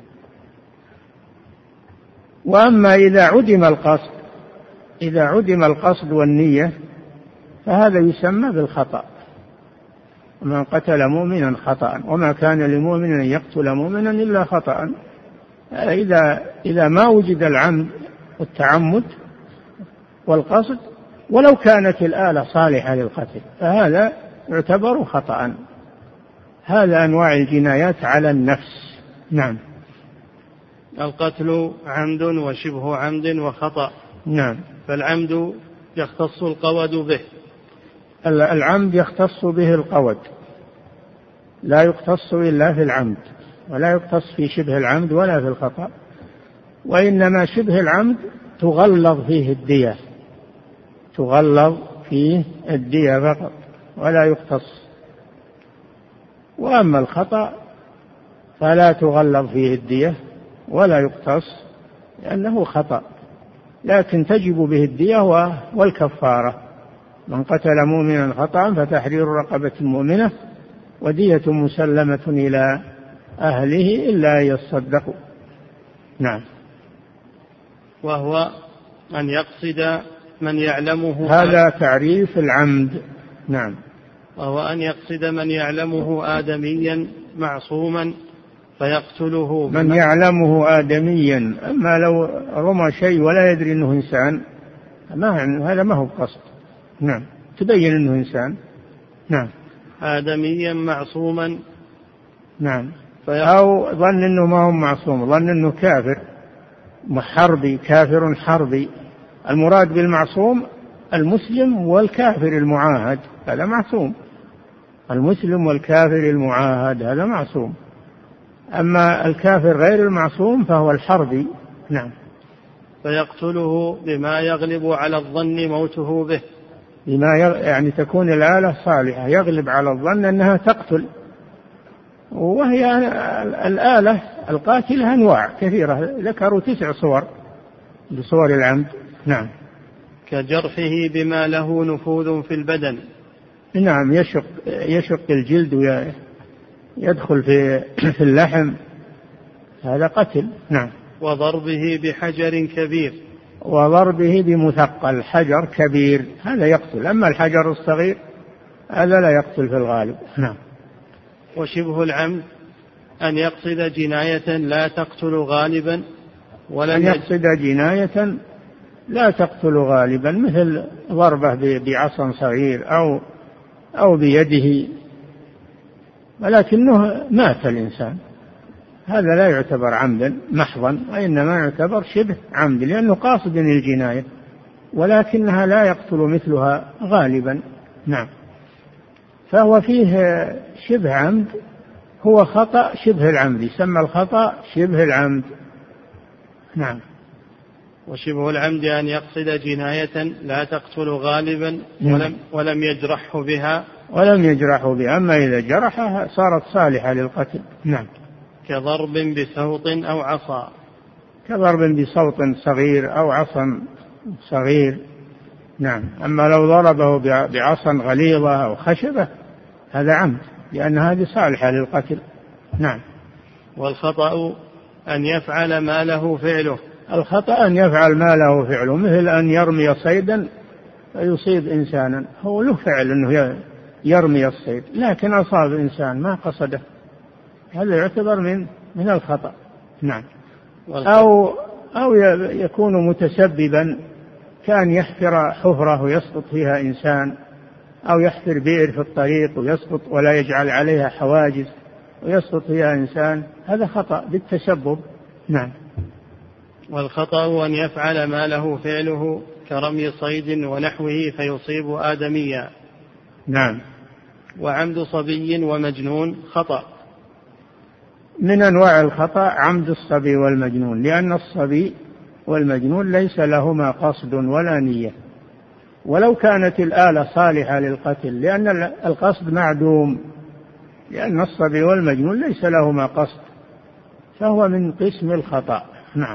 وأما إذا عدم القصد إذا عدم القصد والنية فهذا يسمى بالخطأ. من قتل مؤمنا خطأ وما كان لمؤمن أن يقتل مؤمنا إلا خطأ. إذا إذا ما وجد العمد والتعمد والقصد ولو كانت الآلة صالحة للقتل فهذا يعتبر خطأ. هذا أنواع الجنايات على النفس. نعم. القتل عمد وشبه عمد وخطأ. نعم. فالعمد يختص القود به. العمد يختص به القود، لا يختص إلا في العمد، ولا يختص في شبه العمد ولا في الخطأ. وإنما شبه العمد تغلظ فيه الدية، تغلظ فيه الدية فقط ولا يختص. وأما الخطأ فلا تغلظ فيه الدية ولا يقتص لأنه خطأ، لكن تجب به الدية والكفارة. من قتل مؤمنا خطأ فتحرير رقبة مؤمنة ودية مسلمة إلى أهله إلا يصدقوا. نعم. وهو أن يقصد من يعلمه، هذا تعريف العمد. نعم. وهو أن يقصد من يعلمه آدميا معصوما فيقتله. من يعلمه آدميا، أما لو رمى شيء ولا يدري أنه إنسان ما هذا ما هو قصد. نعم. تبين أنه إنسان. نعم. آدميا معصوما. نعم. أو ظن أنه ما هو معصوم، ظن أنه كافر حربي، كافر حربي. المراد بالمعصوم المسلم والكافر المعاهد، هذا معصوم. المسلم والكافر المعاهد هذا معصوم. أما الكافر غير المعصوم فهو الحربي. نعم. فيقتله بما يغلب على الظن موته به. بما يعني تكون الآلة صالحة، يغلب على الظن أنها تقتل. وهي الآلة القاتلة أنواع كثيرة، ذكروا تسع صور لصور العمد. نعم. كجرحه بما له نفوذ في البدن. نعم. يشق يشق الجلد ويدخل في في اللحم، هذا قتل. نعم. وضربه بحجر كبير. وضربه بمثقل حجر كبير، هذا يقتل. أما الحجر الصغير هذا لا يقتل في الغالب. نعم. وشبه العمد أن يقصد جناية لا تقتل غالبا، ولا أن يقصد جناية لا تقتل غالبا، مثل ضربة بعصا صغير أو أو بيده ولكنه مات الإنسان، هذا لا يعتبر عمدا محضا، وإنما يعتبر شبه عمد لأنه قاصد الجناية ولكنها لا يقتل مثلها غالبا. نعم. فهو فيه شبه عمد، هو خطأ شبه العمد، يسمى الخطأ شبه العمد. نعم. وشبه العمد أن يقصد جناية لا تقتل غالبا ولم, ولم يجرحه بها ولم يجرحه بها، أما إذا جرحها صارت صالحة للقتل. نعم. كضرب بسوط أو عصا، كضرب بصوت صغير أو عصا صغير. نعم. أما لو ضربه بعصا غليظة أو خشبة هذا عمد، لأن هذه صالحة للقتل. نعم. والخطأ أن يفعل ما له فعله. الخطأ أن يفعل ما له فعله، مثل أن يرمي صيدا فيصيب إنسانا، هو له فعل أنه يرمي الصيد لكن أصاب إنسان ما قصده، هذا يعتبر من من الخطأ. نعم. أو أو يكون متسببا، كان يحفر حفرة ويسقط فيها إنسان، أو يحفر بئر في الطريق ويسقط ولا يجعل عليها حواجز ويسقط فيها إنسان، هذا خطأ بالتسبب. نعم. والخطأ أن يفعل ما له فعله كرمي صيد ونحوه فيصيب آدميا. نعم. وعمد صبي ومجنون خطأ. من أنواع الخطأ عمد الصبي والمجنون، لأن الصبي والمجنون ليس لهما قصد ولا نية، ولو كانت الآلة صالحة للقتل، لأن القصد معدوم، لأن الصبي والمجنون ليس لهما قصد، فهو من قسم الخطأ. نعم.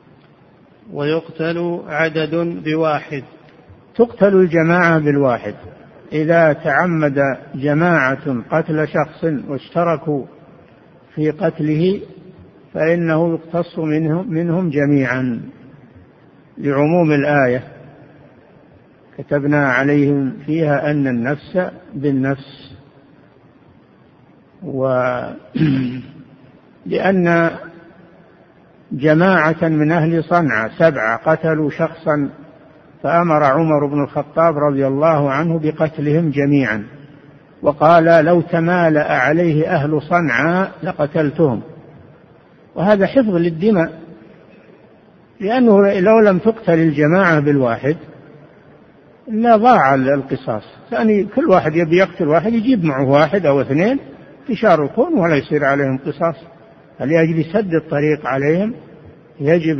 ويقتل عدد بواحد. تقتل الجماعة بالواحد، إذا تعمد جماعة قتل شخص واشتركوا في قتله فإنه يقتص منهم, منهم جميعا لعموم الآية: كتبنا عليهم فيها أن النفس بالنفس. ولأن جماعة من أهل صنعاء سبعة قتلوا شخصا فأمر عمر بن الخطاب رضي الله عنه بقتلهم جميعا، وقال: لو تمالأ عليه أهل صنعاء لقتلتهم. وهذا حفظ للدماء، لأنه لو لم تقتل الجماعة بالواحد لا ضاع القصاص، يعني كل واحد يبي يقتل واحد يجيب معه واحد أو اثنين يشاركون ولا يصير عليهم قصاص. فلأجل سد الطريق عليهم يجب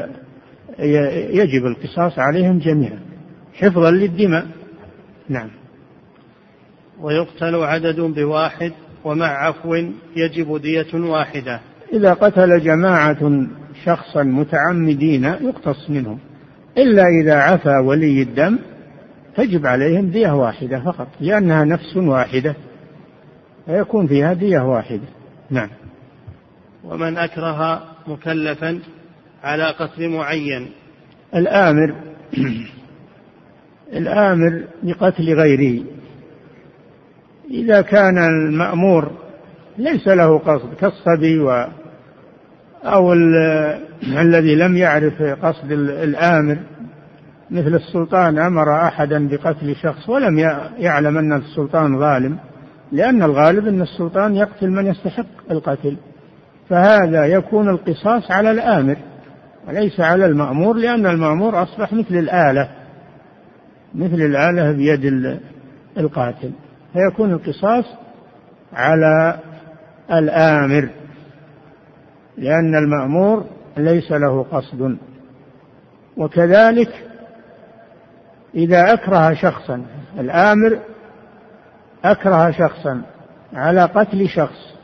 يجب القصاص عليهم جميعا حفظا للدماء. نعم. ويقتل عدد بواحد ومع عفو يجب دية واحدة. إذا قتل جماعة شخصا متعمدين يقتص منهم، إلا إذا عفا ولي الدم تجب عليهم دية واحدة فقط، لأنها نفس واحدة فيكون فيها دية واحدة. نعم. ومن أكره مكلفا على قتل معين. الآمر الآمر بقتل غيره، إذا كان المأمور ليس له قصد كالصبي و أو الذي لم يعرف قصد الآمر، مثل السلطان أمر أحدا بقتل شخص ولم يعلم أن السلطان ظالم، لأن الغالب أن السلطان يقتل من يستحق القتل، فهذا يكون القصاص على الآمر وليس على المأمور، لأن المأمور أصبح مثل الآلة مثل الآلة بيد القاتل، فيكون القصاص على الآمر، لأن المأمور ليس له قصد. وكذلك إذا أكره شخصا، الآمر أكره شخصا على قتل شخص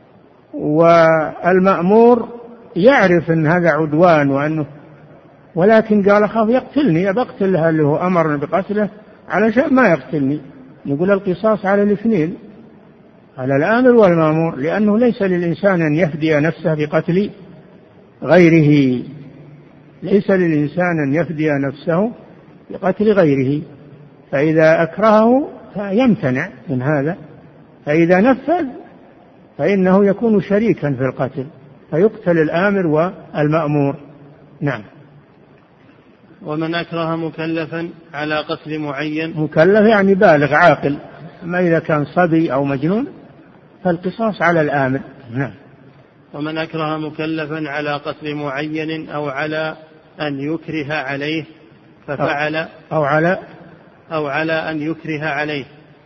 والمأمور يعرف أن هذا عدوان وأنه، ولكن قال أخاف يقتلني أبقتل اللي هو أمرنا بقتله علشان ما يقتلني، نقول القصاص على الاثنين، على الآمر والمأمور، لأنه ليس للإنسان أن يفدي نفسه بقتل غيره، ليس للإنسان أن يفدي نفسه بقتل غيره، فإذا أكرهه فيمتنع من هذا، فإذا نفذ فإنه يكون شريكا في القتل، فيقتل الآمر والمأمور. نعم. ومن أكره مكلفا على قتل معين. مكلف يعني بالغ عاقل، أما إذا كان صبي أو مجنون فالقصاص على الآمر. نعم. ومن أكره مكلفا على قتل معين أو على أن يكره عليه ففعل أو على أو على أن يكره عليه.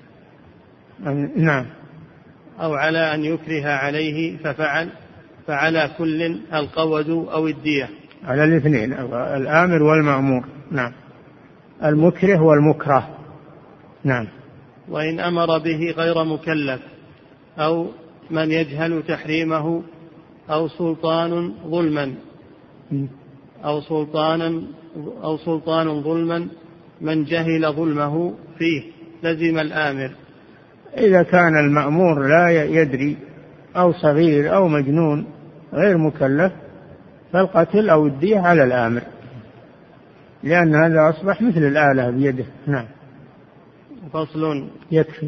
نعم. أو على أن يكره عليه ففعل، فعلى كل القود أو الدية. على الاثنين، الآمر والمأمور. نعم. المكره والمكره. نعم. وإن أمر به غير مكلف أو من يجهل تحريمه أو سلطان ظلما أو سلطانا أو سلطان ظلما من جهل ظلمه فيه لزم الآمر. إذا كان المأمور لا يدري أو صغير أو مجنون غير مكلف فالقتل أو الدية على الآمر، لأن هذا أصبح مثل الآلة بيده. نعم. فصل. يكفي.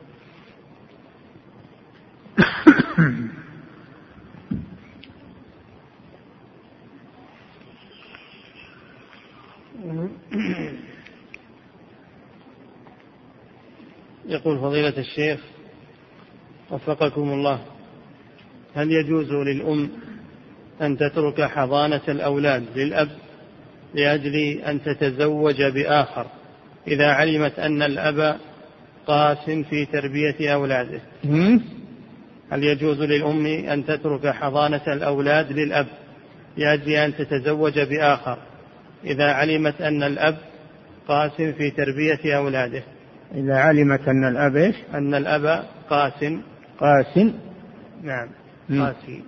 يقول فضيلة الشيخ وفقكم الله: هل يجوز للأم أن تترك حضانة الأولاد للأب لأجل أن تتزوج بآخر إذا علمت أن الأب قاس في تربية أولاده؟ هل يجوز للأم أن تترك حضانة الأولاد للأب لأجل أن تتزوج بآخر إذا علمت أن الأب قاس في تربية أولاده؟ إذا علمت أن الأب إيش؟ أن الأب قاس. قاس. نعم. قاسي.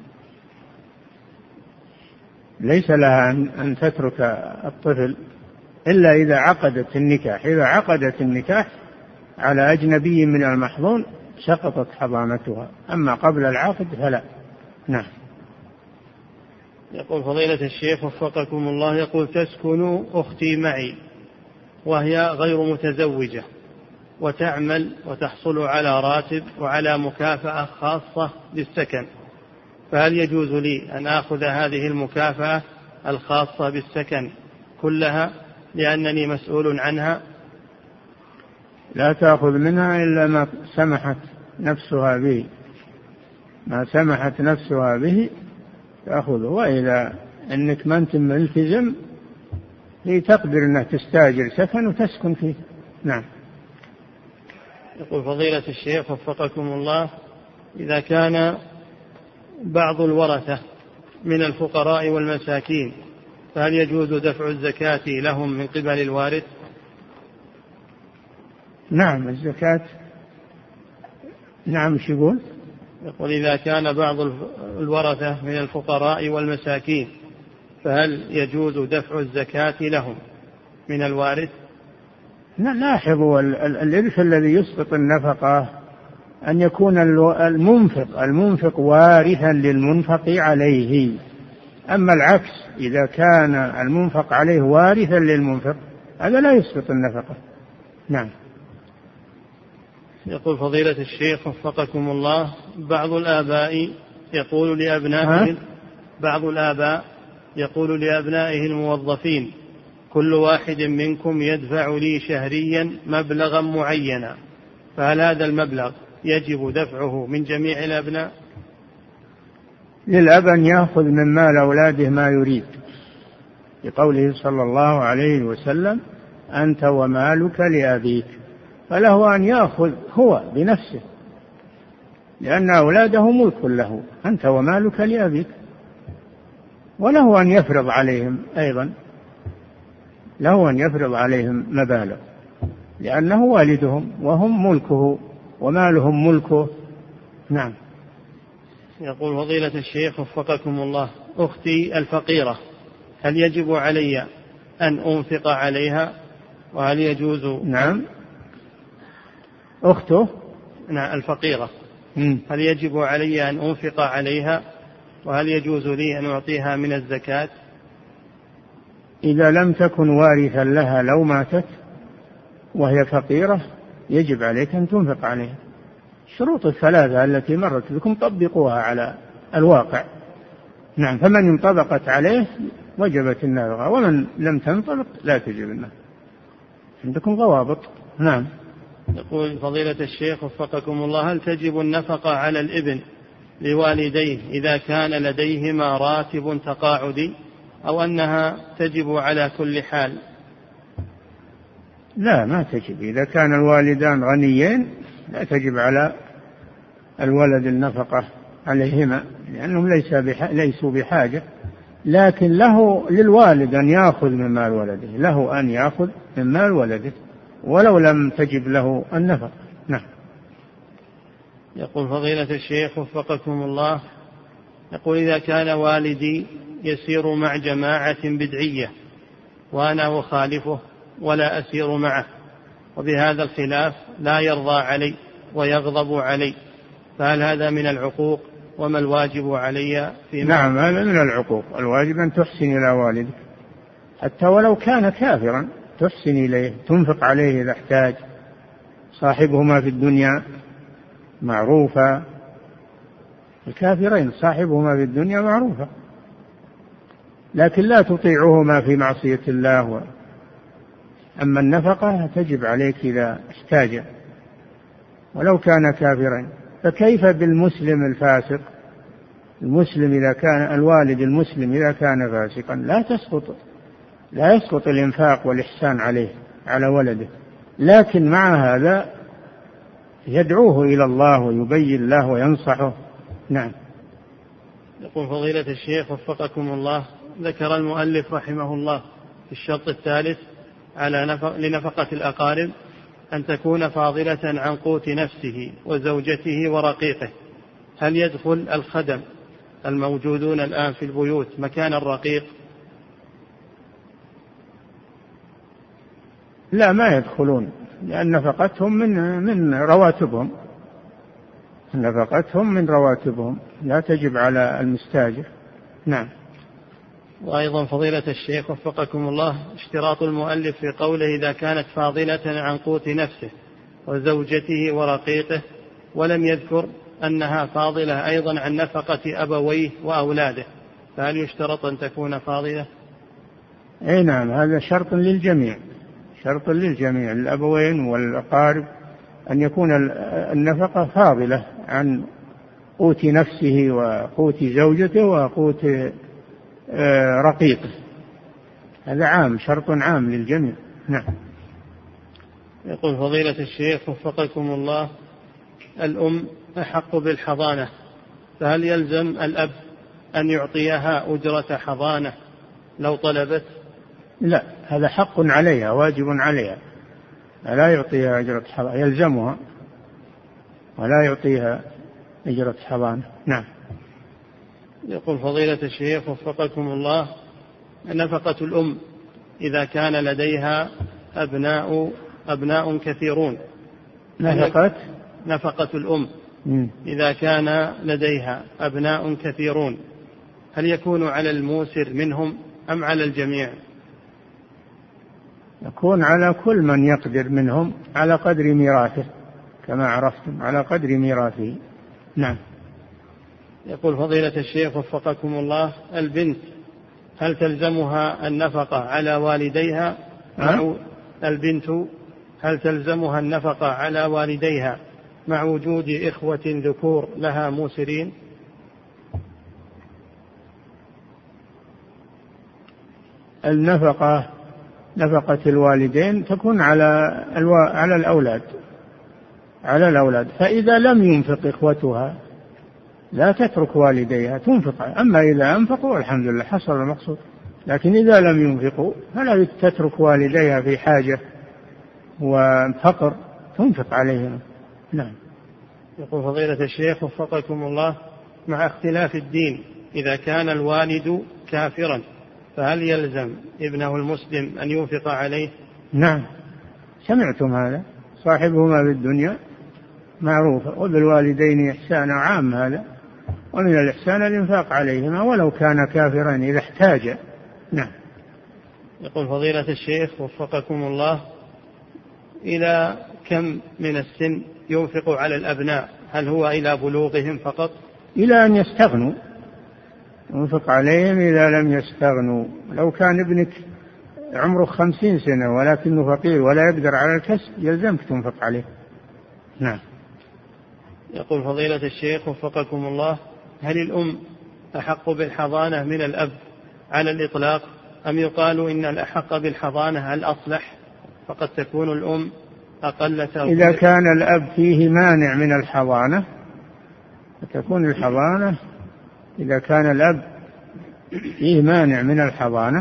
ليس لها أن تترك الطفل إلا إذا عقدت النكاح. إذا عقدت النكاح على أجنبي من المحظون سقطت حضانتها، أما قبل العقد فلا. نعم. يقول فضيلة الشيخ وفقكم الله: يقول تسكن أختي معي وهي غير متزوجة وتعمل وتحصل على راتب وعلى مكافأة خاصة للسكن، فهل يجوز لي أن آخذ هذه المكافأة الخاصة بالسكن كلها لأنني مسؤول عنها؟ لا تأخذ منها إلا ما سمحت نفسها به، ما سمحت نفسها به تأخذه، وإذا أنك ما أنت ملتزم هي تقدر أنها تستاجر سكن وتسكن فيه. نعم. يقول فضيلة الشيخ وفقكم الله: إذا كان بعض الورثة من الفقراء والمساكين فهل يجوز دفع الزكاة لهم من قبل الوارث؟ نعم. الزكاة. نعم. شو يقول؟ يقول إذا كان بعض الورثة من الفقراء والمساكين فهل يجوز دفع الزكاة لهم من الوارث؟ لاحظوا الإرث الذي يسقط النفقة أن يكون المنفق المنفق وارثا للمنفق عليه، أما العكس إذا كان المنفق عليه وارثا للمنفق هذا لا يسقط النفقة. نعم. يقول فضيلة الشيخ وفقكم الله: بعض الآباء يقول لأبنائه بعض الآباء يقول لأبنائه الموظفين: كل واحد منكم يدفع لي شهريا مبلغا معينا، فهل هذا المبلغ يجب دفعه من جميع الأبناء؟ للأب أن يأخذ من مال أولاده ما يريد، لقوله صلى الله عليه وسلم: أنت ومالك لأبيك، فله أن يأخذ هو بنفسه لأن أولاده ملك له، أنت ومالك لأبيك، وله أن يفرض عليهم أيضا، له أن يفرض عليهم مبالغ لأنه والدهم وهم ملكه ومالهم ملكه. نعم. يقول فضيلة الشيخ وفقكم الله: أختي الفقيرة هل يجب علي أن أنفق عليها وهل يجوز؟ نعم. أخته نعم الفقيرة م. هل يجب علي أن أنفق عليها وهل يجوز لي أن أعطيها من الزكاة؟ إذا لم تكن وارثا لها لو ماتت وهي فقيرة يجب عليك أن تنفق عليها. الشروط الثلاثة التي مرت بكم طبقوها على الواقع. نعم. فمن انطبقت عليه وجبت النفقة، ومن لم تنطبق لا تجب النفقة. عندكم ضوابط. نعم. يقول فضيلة الشيخ وفقكم الله: هل تجب النفقة على الابن لوالديه إذا كان لديهما راتب تقاعدي أو أنها تجب على كل حال؟ لا، ما تجب. إذا كان الوالدان غنيين لا تجب على الولد النفقة عليهما لأنهم ليسوا بحاجة. لكن له للوالد أن يأخذ من مال ولده، له أن يأخذ من مال ولده ولو لم تجب له النفقة. نعم. يقول فضيلة الشيخ وفقكم الله، يقول إذا كان والدي يسير مع جماعة بدعية وأنا أخالفه ولا أسير معه، وبهذا الخلاف لا يرضى علي ويغضب علي، فهل هذا من العقوق؟ وما الواجب علي في نعم هذا من العقوق. الواجب أن تحسن إلى والدك حتى ولو كان كافرا، تحسن إليه، تنفق عليه إذا احتاج، صاحبهما في الدنيا معروفة، الكافرين صاحبهما في الدنيا معروفة، لكن لا تطيعهما في معصية الله. أما النفقة تجب عليك إذا احتاج ولو كان كافرا. فكيف بالمسلم الفاسق؟ المسلم إذا كان الوالد المسلم إذا كان فاسقا لا تسقط لا يسقط الإنفاق والإحسان عليه على ولده، لكن مع هذا يدعوه إلى الله ويبين له وينصحه. نعم. يقول فضيلة الشيخ وفقكم الله، ذكر المؤلف رحمه الله في الشرط الثالث على نفق لنفقة الأقارب أن تكون فاضلة عن قوت نفسه وزوجته ورقيقه. هل يدخل الخدم الموجودون الآن في البيوت مكان الرقيق؟ لا، ما يدخلون، لأن نفقتهم من من رواتبهم نفقتهم من رواتبهم لا تجب على المستاجر. نعم. وأيضا فضيلة الشيخ وفقكم الله، اشتراط المؤلف في قوله إذا كانت فاضلة عن قوت نفسه وزوجته ورقيقه، ولم يذكر أنها فاضلة أيضا عن نفقة أبويه وأولاده، فهل يشترط أن تكون فاضلة؟ أي نعم، هذا شرط للجميع، شرط للجميع الأبوين والأقارب أن يكون النفقة فاضلة عن قوت نفسه وقوت زوجته وقوت رقيقه، هذا عام، شرط عام للجميع. نعم. يقول فضيلة الشيخ وفقكم الله، الأم أحق بالحضانة، فهل يلزم الأب أن يعطيها أجرة حضانة لو طلبت؟ لا، هذا حق عليها، واجب عليها، لا يعطيها أجرة حضانة، يلزمها ولا يعطيها أجرة حضانة. نعم. يقول فضيلة الشيخ وفقكم الله، نفقة الأم إذا كان لديها أبناء أبناء كثيرون. نفقة نفقة الأم م. إذا كان لديها أبناء كثيرون، هل يكون على الموسر منهم أم على الجميع؟ يكون على كل من يقدر منهم على قدر ميراثه، كما عرفتم، على قدر ميراثه. نعم. يقول فضيلة الشيخ وفقكم الله، البنت هل تلزمها النفقة على والديها؟ مع البنت هل تلزمها النفقة على والديها مع وجود إخوة ذكور لها موسرين؟ النفقة نفقة الوالدين تكون على الو... على الأولاد على الأولاد فإذا لم ينفق إخوتها لا تترك والديها، تنفق. أما إذا أنفقوا الحمد لله حصل المقصود، لكن إذا لم ينفقوا فلا تترك والديها في حاجة وفقر، تنفق عليهم. نعم. يقول فضيلة الشيخ وفقكم الله، مع اختلاف الدين إذا كان الوالد كافرا فهل يلزم ابنه المسلم أن ينفق عليه؟ نعم، سمعتم هذا، صاحبهما بالدنيا معروفة وبالوالدين إحسانا، عام هذا، ومن الإحسان الإنفاق عليهما ولو كان كافرا إذا احتاج. نعم. يقول فضيلة الشيخ وفقكم الله، إلى كم من السن ينفق على الأبناء؟ هل هو إلى بلوغهم فقط؟ إلى أن يستغنوا، ينفق عليهم إذا لم يستغنوا. لو كان ابنك عمره خمسين سنة ولكنه فقير ولا يقدر على الكسب يلزمك تنفق عليه. نعم. يقول فضيلة الشيخ وفقكم الله، هل الأم أحق بالحضانة من الأب على الإطلاق، أم يقال إن الأحق بالحضانة الأصلح، فقد تكون الأم أقل تربية؟ إذا كان الأب فيه مانع من الحضانة فتكون الحضانة، إذا كان الأب فيه مانع من الحضانة،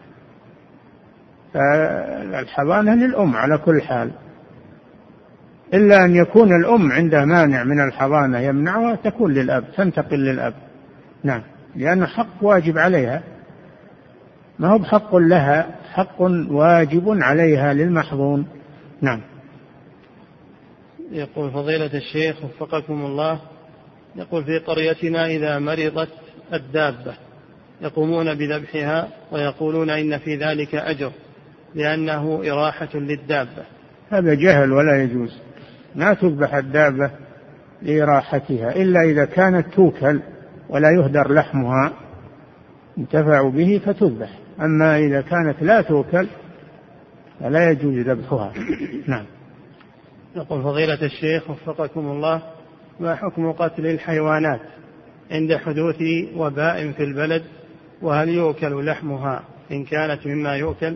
فالحضانة للأم على كل حال، إلا أن يكون الأم عندها مانع من الحضانة يمنعها تكون للأب، تنتقل للأب. نعم، لأنه حق واجب عليها، ما هو بحق لها، حق واجب عليها للمحظون. نعم. يقول فضيلة الشيخ وفقكم الله، يقول في قريتنا إذا مرضت الدابة يقومون بذبحها ويقولون إن في ذلك أجر لأنه إراحة للدابة. هذا جهل ولا يجوز، ما تذبح الدابة لإراحتها إلا إذا كانت توكل ولا يهدر لحمها انتفعوا به فتذبح، أما إذا كانت لا توكل فلا يجوز ذبحها. نعم. يقول فضيلة الشيخ وفقكم الله، ما حكم قتل الحيوانات عند حدوث وباء في البلد، وهل يؤكل لحمها إن كانت مما يؤكل؟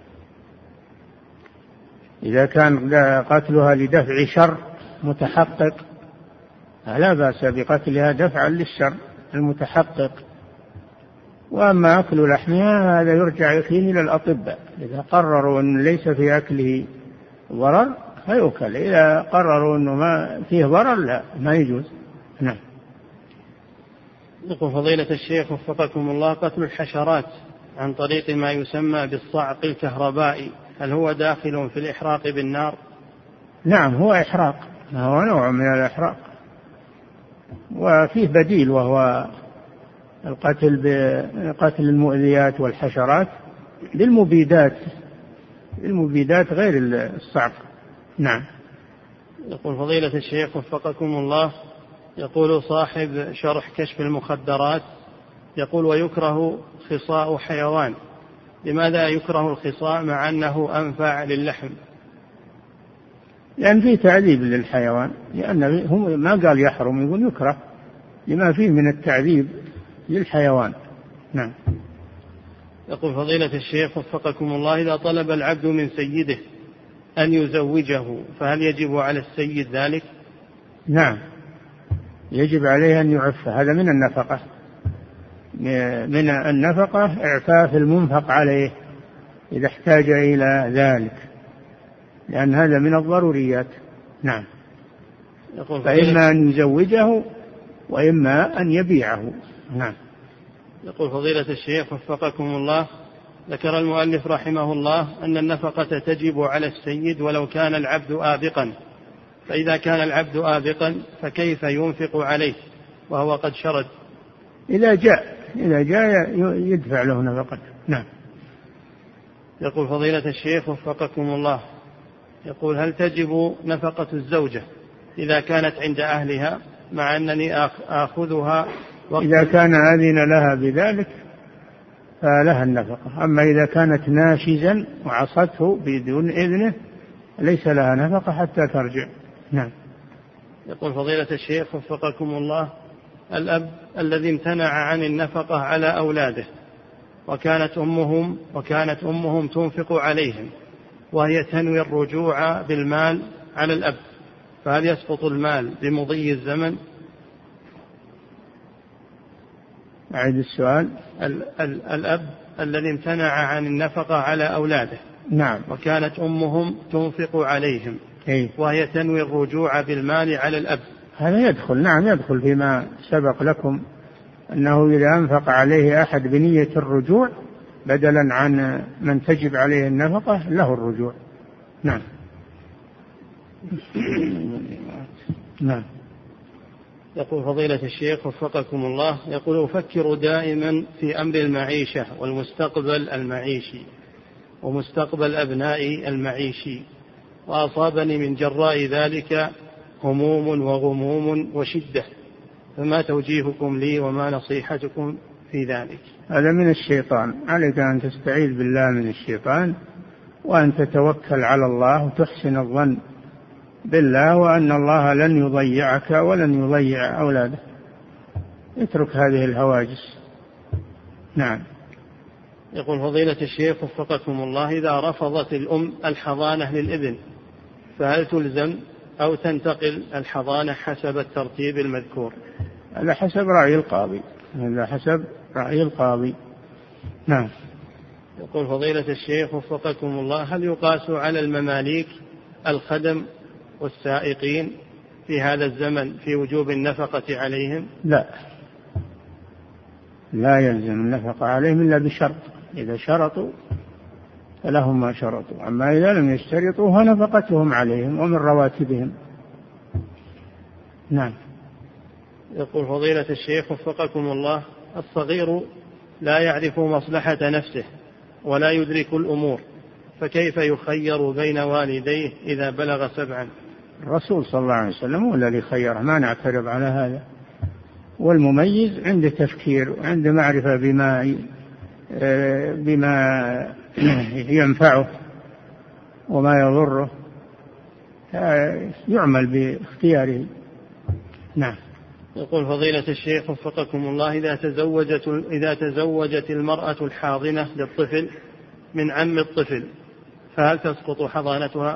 إذا كان قتلها لدفع شر متحقق لا بأس بقتلها دفعا للشر المتحقق، وأما أكل لحمها هذا يرجع فيه إلى الأطباء، إذا قرروا أن ليس في أكله ضرر فيؤكل، إذا قرروا أنه ما فيه ضرر لا ما يجوز. نعم. يقول فضيلة الشيخ وفقكم الله، قتل الحشرات عن طريق ما يسمى بالصعق الكهربائي هل هو داخل في الإحراق بالنار؟ نعم، هو إحراق، هو نوع من الإحراق، وفيه بديل وهو القتل بقتل المؤذيات والحشرات بالمبيدات، المبيدات غير الصعق. نعم. يقول فضيلة الشيخ وفقكم الله، يقول صاحب شرح كشف المخدرات، يقول ويكره خصاء حيوان، لماذا يكره الخصاء مع أنه أنفع للحم؟ لأن فيه تعذيب للحيوان، لأن هم ما قال يحرم، يقول يكره لما فيه من التعذيب للحيوان. نعم. يقول فضيلة الشيخ وفقكم الله، إذا طلب العبد من سيده أن يزوجه فهل يجب على السيد ذلك؟ نعم، يجب عليه أن يعف، هذا من النفقة، من النفقة إعفاف المنفق عليه إذا احتاج إلى ذلك، لأن هذا من الضروريات. نعم. فإما أن يزوجه وإما أن يبيعه. نعم. يقول فضيلة الشيخ وفقكم الله، ذكر المؤلف رحمه الله أن النفقة تجب على السيد ولو كان العبد آبقا، فإذا كان العبد آبقا فكيف ينفق عليه وهو قد شرد؟ إذا جاء إذا جاء يدفع له نفقة. نعم. يقول فضيلة الشيخ وفقكم الله، يقول هل تجب نفقة الزوجة إذا كانت عند أهلها مع أنني آخذها وقت؟ إذا كان أذن لها بذلك فلها النفقة، أما إذا كانت ناشزا وعصته بدون إذنه ليس لها نفقة حتى ترجع. نعم. يقول فضيلة الشيخ وفقكم الله، الأب الذي امتنع عن النفقة على أولاده وكانت أمهم وكانت أمهم تنفق عليهم وهي تنوي الرجوع بالمال على الأب، فهل يسقط المال بمضي الزمن؟ أعيد السؤال. ال- ال- الأب الذي امتنع عن النفقة على أولاده. نعم. وكانت أمهم تنفق عليهم. إيه؟ وهي تنوي الرجوع بالمال على الأب، هذا يدخل. نعم، يدخل فيما سبق لكم أنه إذا أنفق عليه أحد بنية الرجوع بدلا عن من تجب عليه النفقة له الرجوع. نعم. نعم. يقول فضيلة الشيخ وفقكم الله، يقول أفكر دائما في أمر المعيشة والمستقبل المعيشي ومستقبل أبنائي المعيشي، وأصابني من جراء ذلك هموم وغموم وشدة، فما توجيهكم لي وما نصيحتكم في ذلك؟ هذا من الشيطان، عليك أن تستعيذ بالله من الشيطان وأن تتوكل على الله وتحسن الظن بالله وأن الله لن يضيعك ولن يضيع أولاده. اترك هذه الهواجس. نعم. يقول فضيلة الشيخ وفقكم الله، إذا رفضت الأم الحضانة للابن فهل تلزم أو تنتقل الحضانة حسب الترتيب المذكور؟ على حسب رأي القاضي. هذا حسب رأي القاضي. نعم. يقول فضيلة الشيخ وفقكم الله، هل يقاس على المماليك الخدم والسائقين في هذا الزمن في وجوب النفقة عليهم؟ لا، لا يلزم النفقة عليهم إلا بشرط، إذا شرطوا فلهم ما شرطوا، أما إذا لم يشترطوا فنفقتهم عليهم ومن رواتبهم. نعم. يقول فضيلة الشيخ وفقكم الله، الصغير لا يعرف مصلحة نفسه ولا يدرك الأمور، فكيف يخير بين والديه إذا بلغ سبعا؟ الرسول صلى الله عليه وسلم هو الذي خيره، ما نعترض على هذا. والمميز عنده تفكير وعنده معرفة بما بما ينفعه وما يضره، يعمل باختياره. نعم. يقول فضيلة الشيخ وفقكم الله، إذا تزوجت إذا تزوجت المرأة الحاضنة للطفل من عم الطفل فهل تسقط حضانتها؟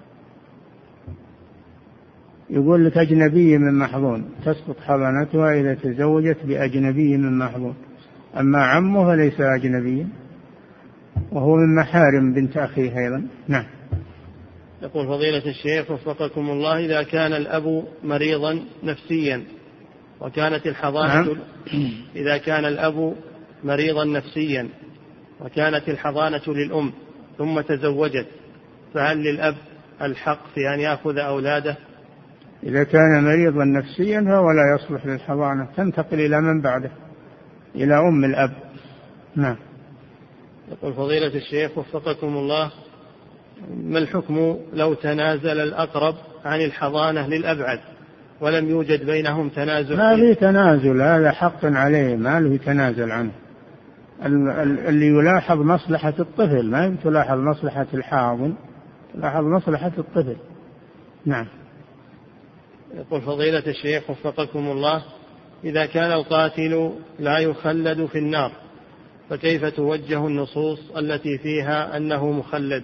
يقول لك أجنبي من محظون تسقط حضانتها إذا تزوجت بأجنبي من محظون، أما عمه فليس أجنبيا وهو من محارم بنت أخيه أيضا. نعم. يقول فضيلة الشيخ وفقكم الله، إذا كان الأب مريضا نفسيا وكانت الحضانة نعم. إذا كان الأب مريضا نفسيا وكانت الحضانة للأم ثم تزوجت، فهل للأب الحق في أن يأخذ أولاده؟ إذا كان مريضا نفسيا فهو لا يصلح للحضانة، تنتقل إلى من بعده، إلى أم الأب. نعم. يقول فضيلة الشيخ وفقكم الله، ما الحكم لو تنازل الأقرب عن الحضانة للأبعد ولم يوجد بينهم تنازل؟ ما في تنازل، هذا حق عليه، ما له يتنازل عنه. اللي يلاحظ مصلحة الطفل، ما تلاحظ مصلحة الحاضن، تلاحظ مصلحة الطفل. نعم. يقول فضيلة الشيخ وفقكم الله، إذا كان القاتل لا يخلد في النار فكيف توجه النصوص التي فيها أنه مخلد؟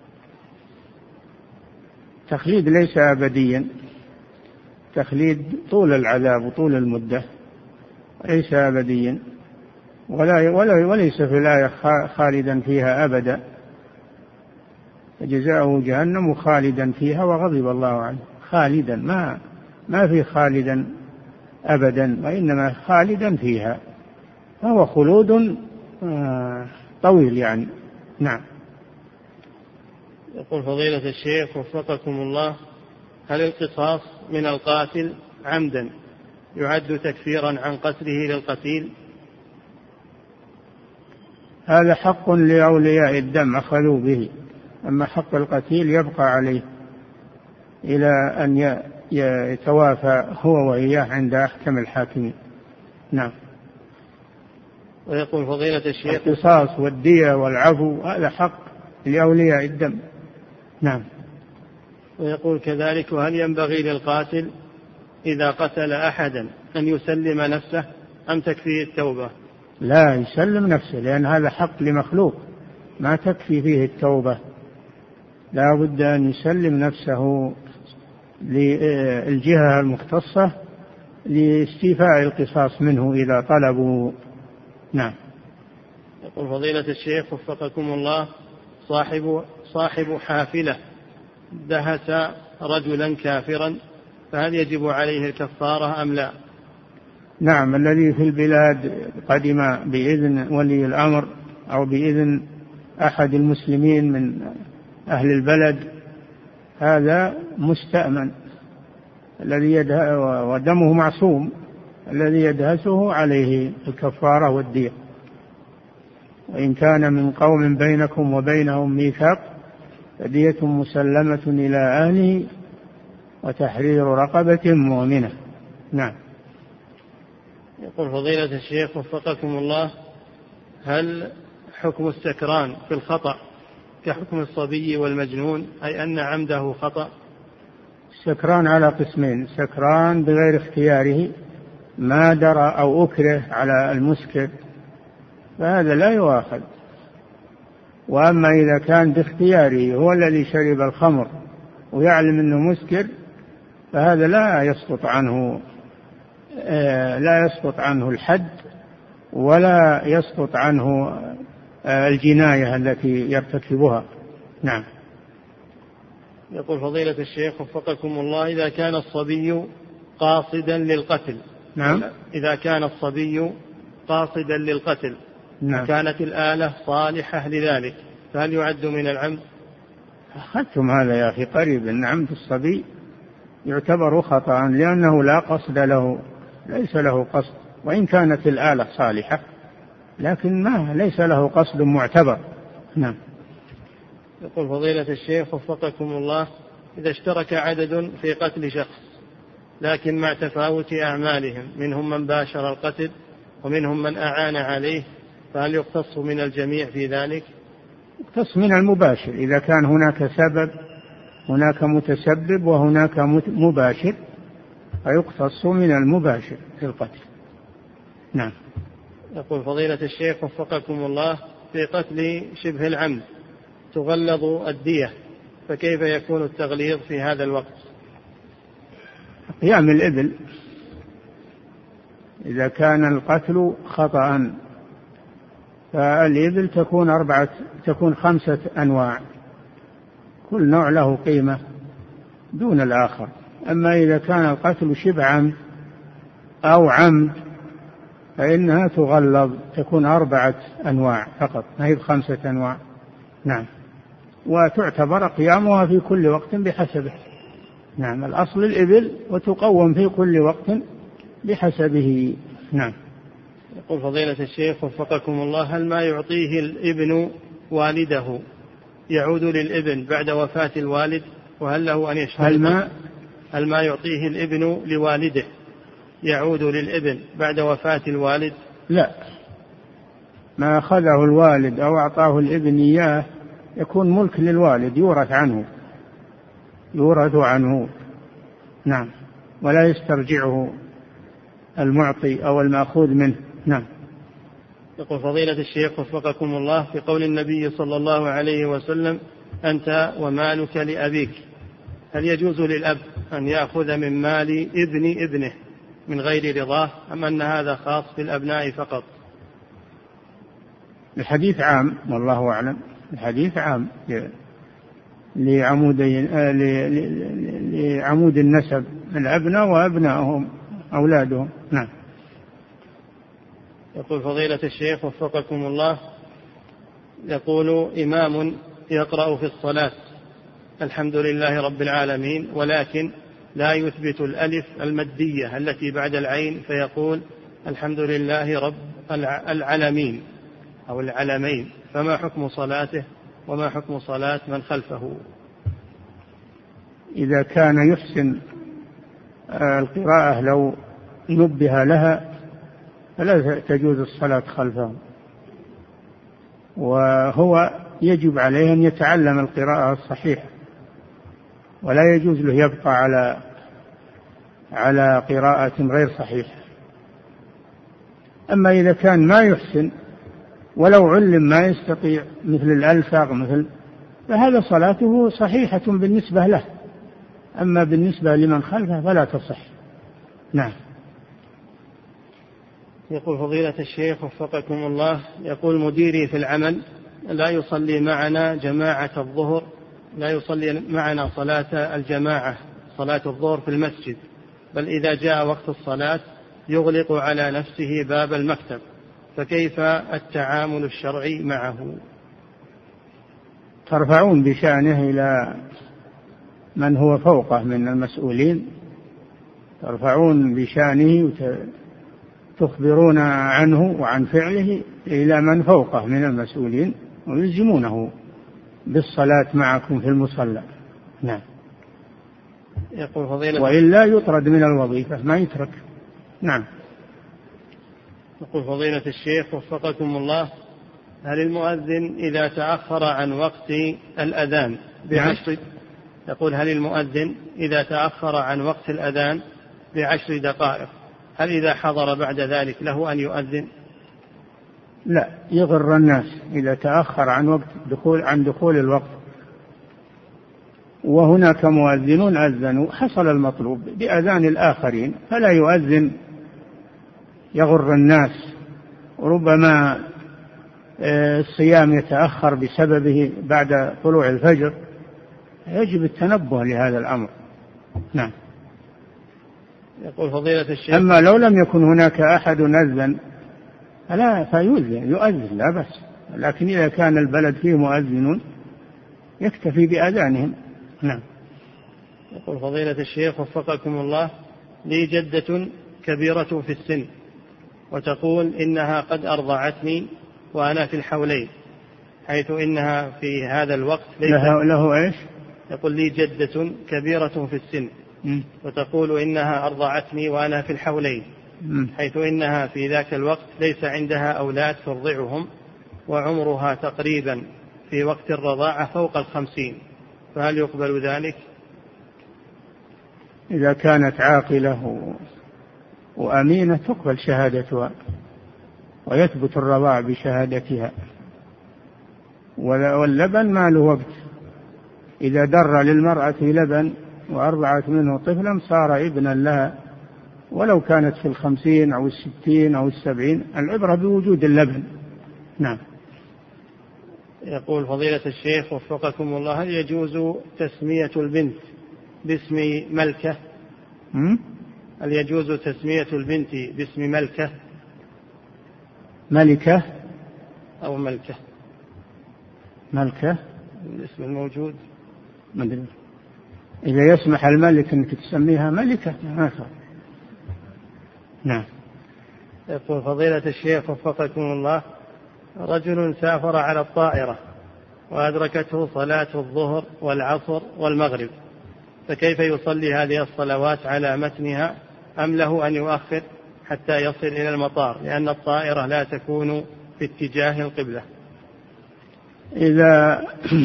تخليد ليس أبديا، تخليد طول العذاب وطول المدة، ليس أبديا، ولا ولا وليس في الآية خالدا فيها أبدا، فجزاؤه جهنم خالدا فيها وغضب الله عنه. خالدا، ما ما في خالدا أبدا، وإنما خالدا فيها، فهو خلود طويل يعني. نعم. يقول فضيلة الشيخ وفقكم الله، هل القصاص من القاتل عمدا يعد تكفيرا عن قتله للقتيل؟ هذا حق لأولياء الدم أخذوا به، أما حق القتيل يبقى عليه إلى أن يتوافى هو وإياه عند أحكم الحاكمين. نعم. ويقول فضيلة الشيخ، القصاص والدية والعفو هذا حق لأولياء الدم. نعم. ويقول كذلك، وهل ينبغي للقاتل إذا قتل أحدا أن يسلم نفسه أم تكفيه التوبة؟ لا، يسلم نفسه، لأن هذا حق لمخلوق، ما تكفي فيه التوبة، لا بد أن يسلم نفسه للجهة المختصة لاستيفاء القصاص منه إذا طلبوا. نعم. يقول فضيلة الشيخ وفقكم الله، صاحب صاحب حافلة دهس رجلا كافرا، فهل يجب عليه الكفارة أم لا؟ نعم، الذي في البلاد قدم بإذن ولي الأمر أو بإذن أحد المسلمين من أهل البلد هذا مستأمن، الذي يدهس ودمه معصوم، الذي يدهسه عليه الكفارة والدية. وإن كان من قوم بينكم وبينهم ميثاق فدية مسلمة إلى أهله وتحرير رقبة مؤمنة. نعم. يقول فضيلة الشيخ وفقكم الله، هل حكم السكران في الخطأ كحكم الصبي والمجنون، أي أن عمده خطأ؟ السكران على قسمين: سكران بغير اختياره ما درى أو أكره على المسكر فهذا لا يؤاخذ، وأما إذا كان باختياره هو الذي شرب الخمر ويعلم أنه مسكر فهذا لا يسقط عنه لا يسقط عنه الحد ولا يسقط عنه الجناية التي يرتكبها. نعم. يقول فضيلة الشيخ وفقكم الله: إذا كان الصبي قاصدا للقتل. نعم. إذا كان الصبي قاصدا للقتل. نعم. كانت الآلة صالحة لذلك، فهل يعد من العمد؟ أخذتم هذا يا أخي قريب، أن عمد الصبي يعتبر خطأ لأنه لا قصد له، ليس له قصد، وإن كانت الآلة صالحة لكن ما ليس له قصد معتبر. نعم. يقول فضيلة الشيخ وفقكم الله: إذا اشترك عدد في قتل شخص لكن مع تفاوت أعمالهم، منهم من باشر القتل ومنهم من أعان عليه، فهل يقتص من الجميع في ذلك؟ يقتص من المباشر، إذا كان هناك سبب، هناك متسبب وهناك مباشر، فيقتص من المباشر في القتل. نعم. يقول فضيلة الشيخ وفقكم الله: في قتل شبه العمد تغلظ الدية، فكيف يكون التغليظ في هذا الوقت؟ قيام الإبل، إذا كان القتل خطأ فالإبل تكون أربعة تكون خمسة أنواع، كل نوع له قيمة دون الآخر. أما إذا كان القتل شبه عمد أو عمد فإنها تغلظ، تكون أربعة أنواع فقط، ما هي بخمسة أنواع. نعم. وتعتبر قيامها في كل وقت بحسبه. نعم. الأصل الإبل وتقوم في كل وقت بحسبه. نعم. يقول فضيلة الشيخ وفقكم الله: هل ما يعطيه الابن والده يعود للابن بعد وفاة الوالد؟ وهل له أن يشترط هل ما, هل ما يعطيه الابن لوالده يعود للابن بعد وفاة الوالد؟ لا، ما أخذه الوالد أو أعطاه الابن إياه يكون ملك للوالد، يورث عنه يورث عنه. نعم. ولا يسترجعه المعطي أو المأخوذ منه. نعم. يقول فضيلة الشيخ وفقكم الله: في قول النبي صلى الله عليه وسلم: أنت ومالك لأبيك، هل يجوز للأب أن يأخذ من مال ابن ابنه من غير رضاه، أم أن هذا خاص بالأبناء فقط؟ الحديث عام والله أعلم، الحديث عام لعمودي لعمود النسب، الأبناء وأبنائهم أولادهم. نعم. يقول فضيلة الشيخ وفقكم الله: يقول إمام يقرأ في الصلاة الحمد لله رب العالمين، ولكن لا يثبت الألف المدية التي بعد العين، فيقول الحمد لله رب العالمين أو العالمين، فما حكم صلاته وما حكم صلاة من خلفه؟ إذا كان يحسن القراءة لو نبه لها فلا تجوز الصلاة خلفه، وهو يجب عليه أن يتعلم القراءة الصحيحة، ولا يجوز له يبقى على على قراءة غير صحيحة. أما إذا كان ما يحسن ولو علم ما يستطيع مثل الألفاظ مثل، فهذا صلاته صحيحة بالنسبة له، أما بالنسبة لمن خلفه فلا تصح. نعم. يقول فضيلة الشيخ وفقكم الله: يقول مديري في العمل لا يصلي معنا جماعة الظهر، لا يصلي معنا صلاة الجماعة صلاة الظهر في المسجد، بل إذا جاء وقت الصلاة يغلق على نفسه باب المكتب، فكيف التعامل الشرعي معه؟ ترفعون بشأنه إلى من هو فوقه من المسؤولين، ترفعون بشأنه وتخبرون عنه وعن فعله إلى من فوقه من المسؤولين ويلزمونه بالصلاة معكم في المصلى. نعم. يقول فضيلة وإلا يطرد من الوظيفة، ما يترك. نعم. يقول فضيلة الشيخ وفقكم الله: هل المؤذن إذا تأخر عن وقت الأذان بعشر يقول هل المؤذن إذا تأخر عن وقت الأذان بعشر دقائق، هل إذا حضر بعد ذلك له أن يؤذن؟ لا، يغر الناس إذا تأخر عن وقت دخول عن دخول الوقت وهناك مؤذنون أذنوا حصل المطلوب بأذان الآخرين، فلا يؤذن يغر الناس وربما الصيام يتأخر بسببه بعد طلوع الفجر، يجب التنبه لهذا الأمر. نعم. يقول فضيلة الشيخ: أما لو لم يكن هناك أحد أذن فلا فيؤذن يؤذن لا بأس، لكن إذا كان البلد فيه مؤذن يكتفي بأذانهم. نعم. يقول فضيلة الشيخ وفقكم الله: لي جدة كبيرة في السن وتقول إنها قد أرضعتني وأنا في الحولين، حيث إنها في هذا الوقت له, له إيش؟ يقول: لي جدة كبيرة في السن م. وتقول إنها أرضعتني وأنا في الحولين، م. حيث إنها في ذاك الوقت ليس عندها أولاد ترضعهم، وعمرها تقريبا في وقت الرضاعة فوق الخمسين، فهل يقبل ذلك؟ إذا كانت عاقلة وأمينة تقبل شهادتها ويثبت الرضاع بشهادتها، واللبن ما له وقت، إذا در للمرأة لبن وأرضعت منه طفلا صار ابنا لها، ولو كانت في الخمسين أو الستين أو السبعين، العبرة بوجود اللبن. نعم. يقول فضيلة الشيخ وفقكم الله: هل يجوز تسمية البنت باسم ملكة؟ م? هل يجوز تسمية البنت باسم ملكة؟ ملكة أو ملكة ملكة الاسم الموجود مدري. إذا يسمح الملك أنك تسميها ملكة هكذا. نعم. يقول فضيلة الشيخ وفقكم الله: رجل سافر على الطائرة وأدركته صلاة الظهر والعصر والمغرب، فكيف يصلي هذه الصلوات على متنها، أم له أن يؤخر حتى يصل إلى المطار، لأن الطائرة لا تكون في اتجاه القبلة؟ إذا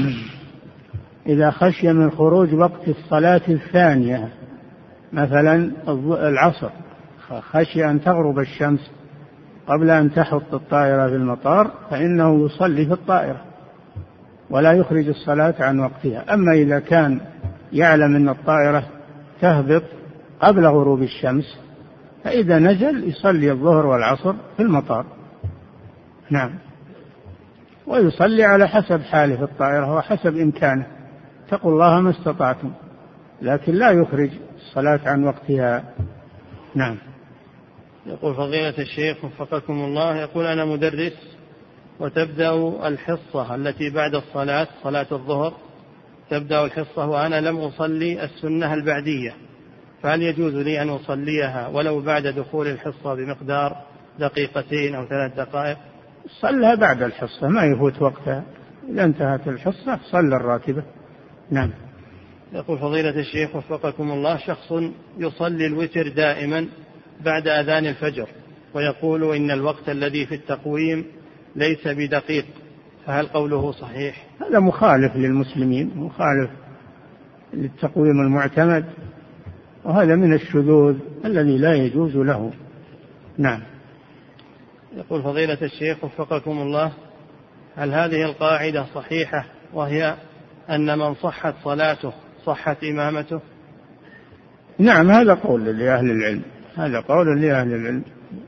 إذا خشي من خروج وقت الصلاة الثانية، مثلا العصر، خشي أن تغرب الشمس قبل أن تحط الطائرة في المطار، فإنه يصلي في الطائرة ولا يخرج الصلاة عن وقتها. أما إذا كان يعلم أن الطائرة تهبط قبل غروب الشمس، فإذا نزل يصلي الظهر والعصر في المطار. نعم. ويصلي على حسب حاله في الطائرة وحسب إمكانه، اتقوا الله ما استطعتم، لكن لا يخرج الصلاة عن وقتها. نعم. يقول فضيلة الشيخ وفقكم الله: يقول أنا مدرس وتبدأ الحصة التي بعد الصلاة، صلاة الظهر، تبدأ الحصة وأنا لم أصلي السنة البعدية، فهل يجوز لي أن أصليها ولو بعد دخول الحصة بمقدار دقيقتين أو ثلاث دقائق؟ صلها بعد الحصة، ما يفوت وقتها، إذا انتهت الحصة صلى الراتبة. نعم. يقول فضيلة الشيخ وفقكم الله: شخص يصلي الوتر دائما بعد أذان الفجر ويقول إن الوقت الذي في التقويم ليس بدقيق، فهل قوله صحيح؟ هذا مخالف للمسلمين، مخالف للتقويم المعتمد، وهذا من الشذوذ الذي لا يجوز له. نعم. يقول فضيلة الشيخ وفقكم الله: هل هذه القاعدة صحيحة، وهي أن من صحت صلاته صحت إمامته؟ نعم، هذا قول لأهل العلم، هذا قول لأهل العلم،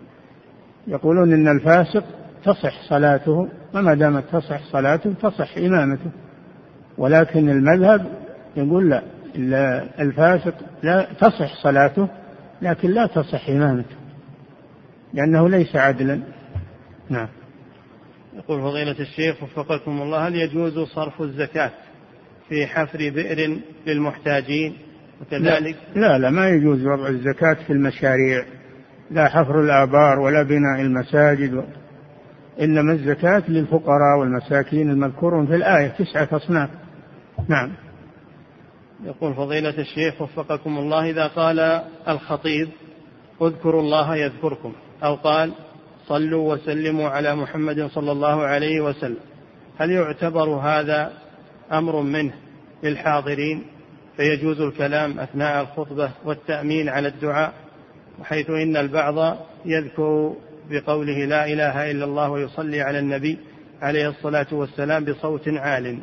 يقولون إن الفاسق تصح صلاته، وما دامت تصح صلاته تصح إمامته، ولكن المذهب يقول لا، الفاسق لا تصح صلاته لكن لا تصح إمامته، لأنه ليس عدلا. نعم. يقول فضيلة الشيخ وفقكم الله: هل يجوز صرف الزكاة في حفر بئر للمحتاجين وكذلك؟ لا لا, لا ما يجوز وضع الزكاة في المشاريع، لا حفر الآبار ولا بناء المساجد، إنما الزكاة للفقراء والمساكين المذكورون في الآية، تسعة أصناف. نعم. يقول فضيلة الشيخ وفقكم الله: إذا قال الخطيب اذكروا الله يذكركم، أو قال صلوا وسلموا على محمد صلى الله عليه وسلم، هل يعتبر هذا أمر منه للحاضرين فيجوز الكلام أثناء الخطبة والتأمين على الدعاء، وحيث إن البعض يذكر بقوله لا إله إلا الله ويصلي على النبي عليه الصلاة والسلام بصوت عال؟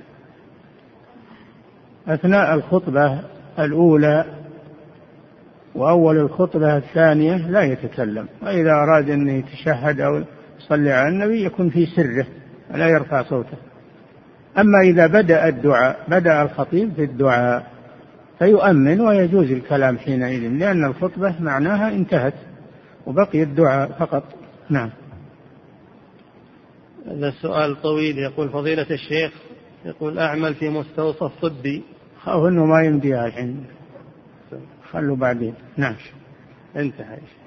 أثناء الخطبة الأولى وأول الخطبة الثانية لا يتكلم، وإذا أراد أن يتشهد أو صلي على النبي يكون في سره لا يرفع صوته. أما إذا بدأ الدعاء بدأ الخطيب في الدعاء فيؤمن ويجوز الكلام حينئذ، لأن الخطبة معناها انتهت وبقي الدعاء فقط. نعم. هذا السؤال طويل. يقول فضيلة الشيخ، يقول أعمل في مستوصف طبي. أو أنه ما يمديها الحين، خلوا بعدين. نعم. انتهى.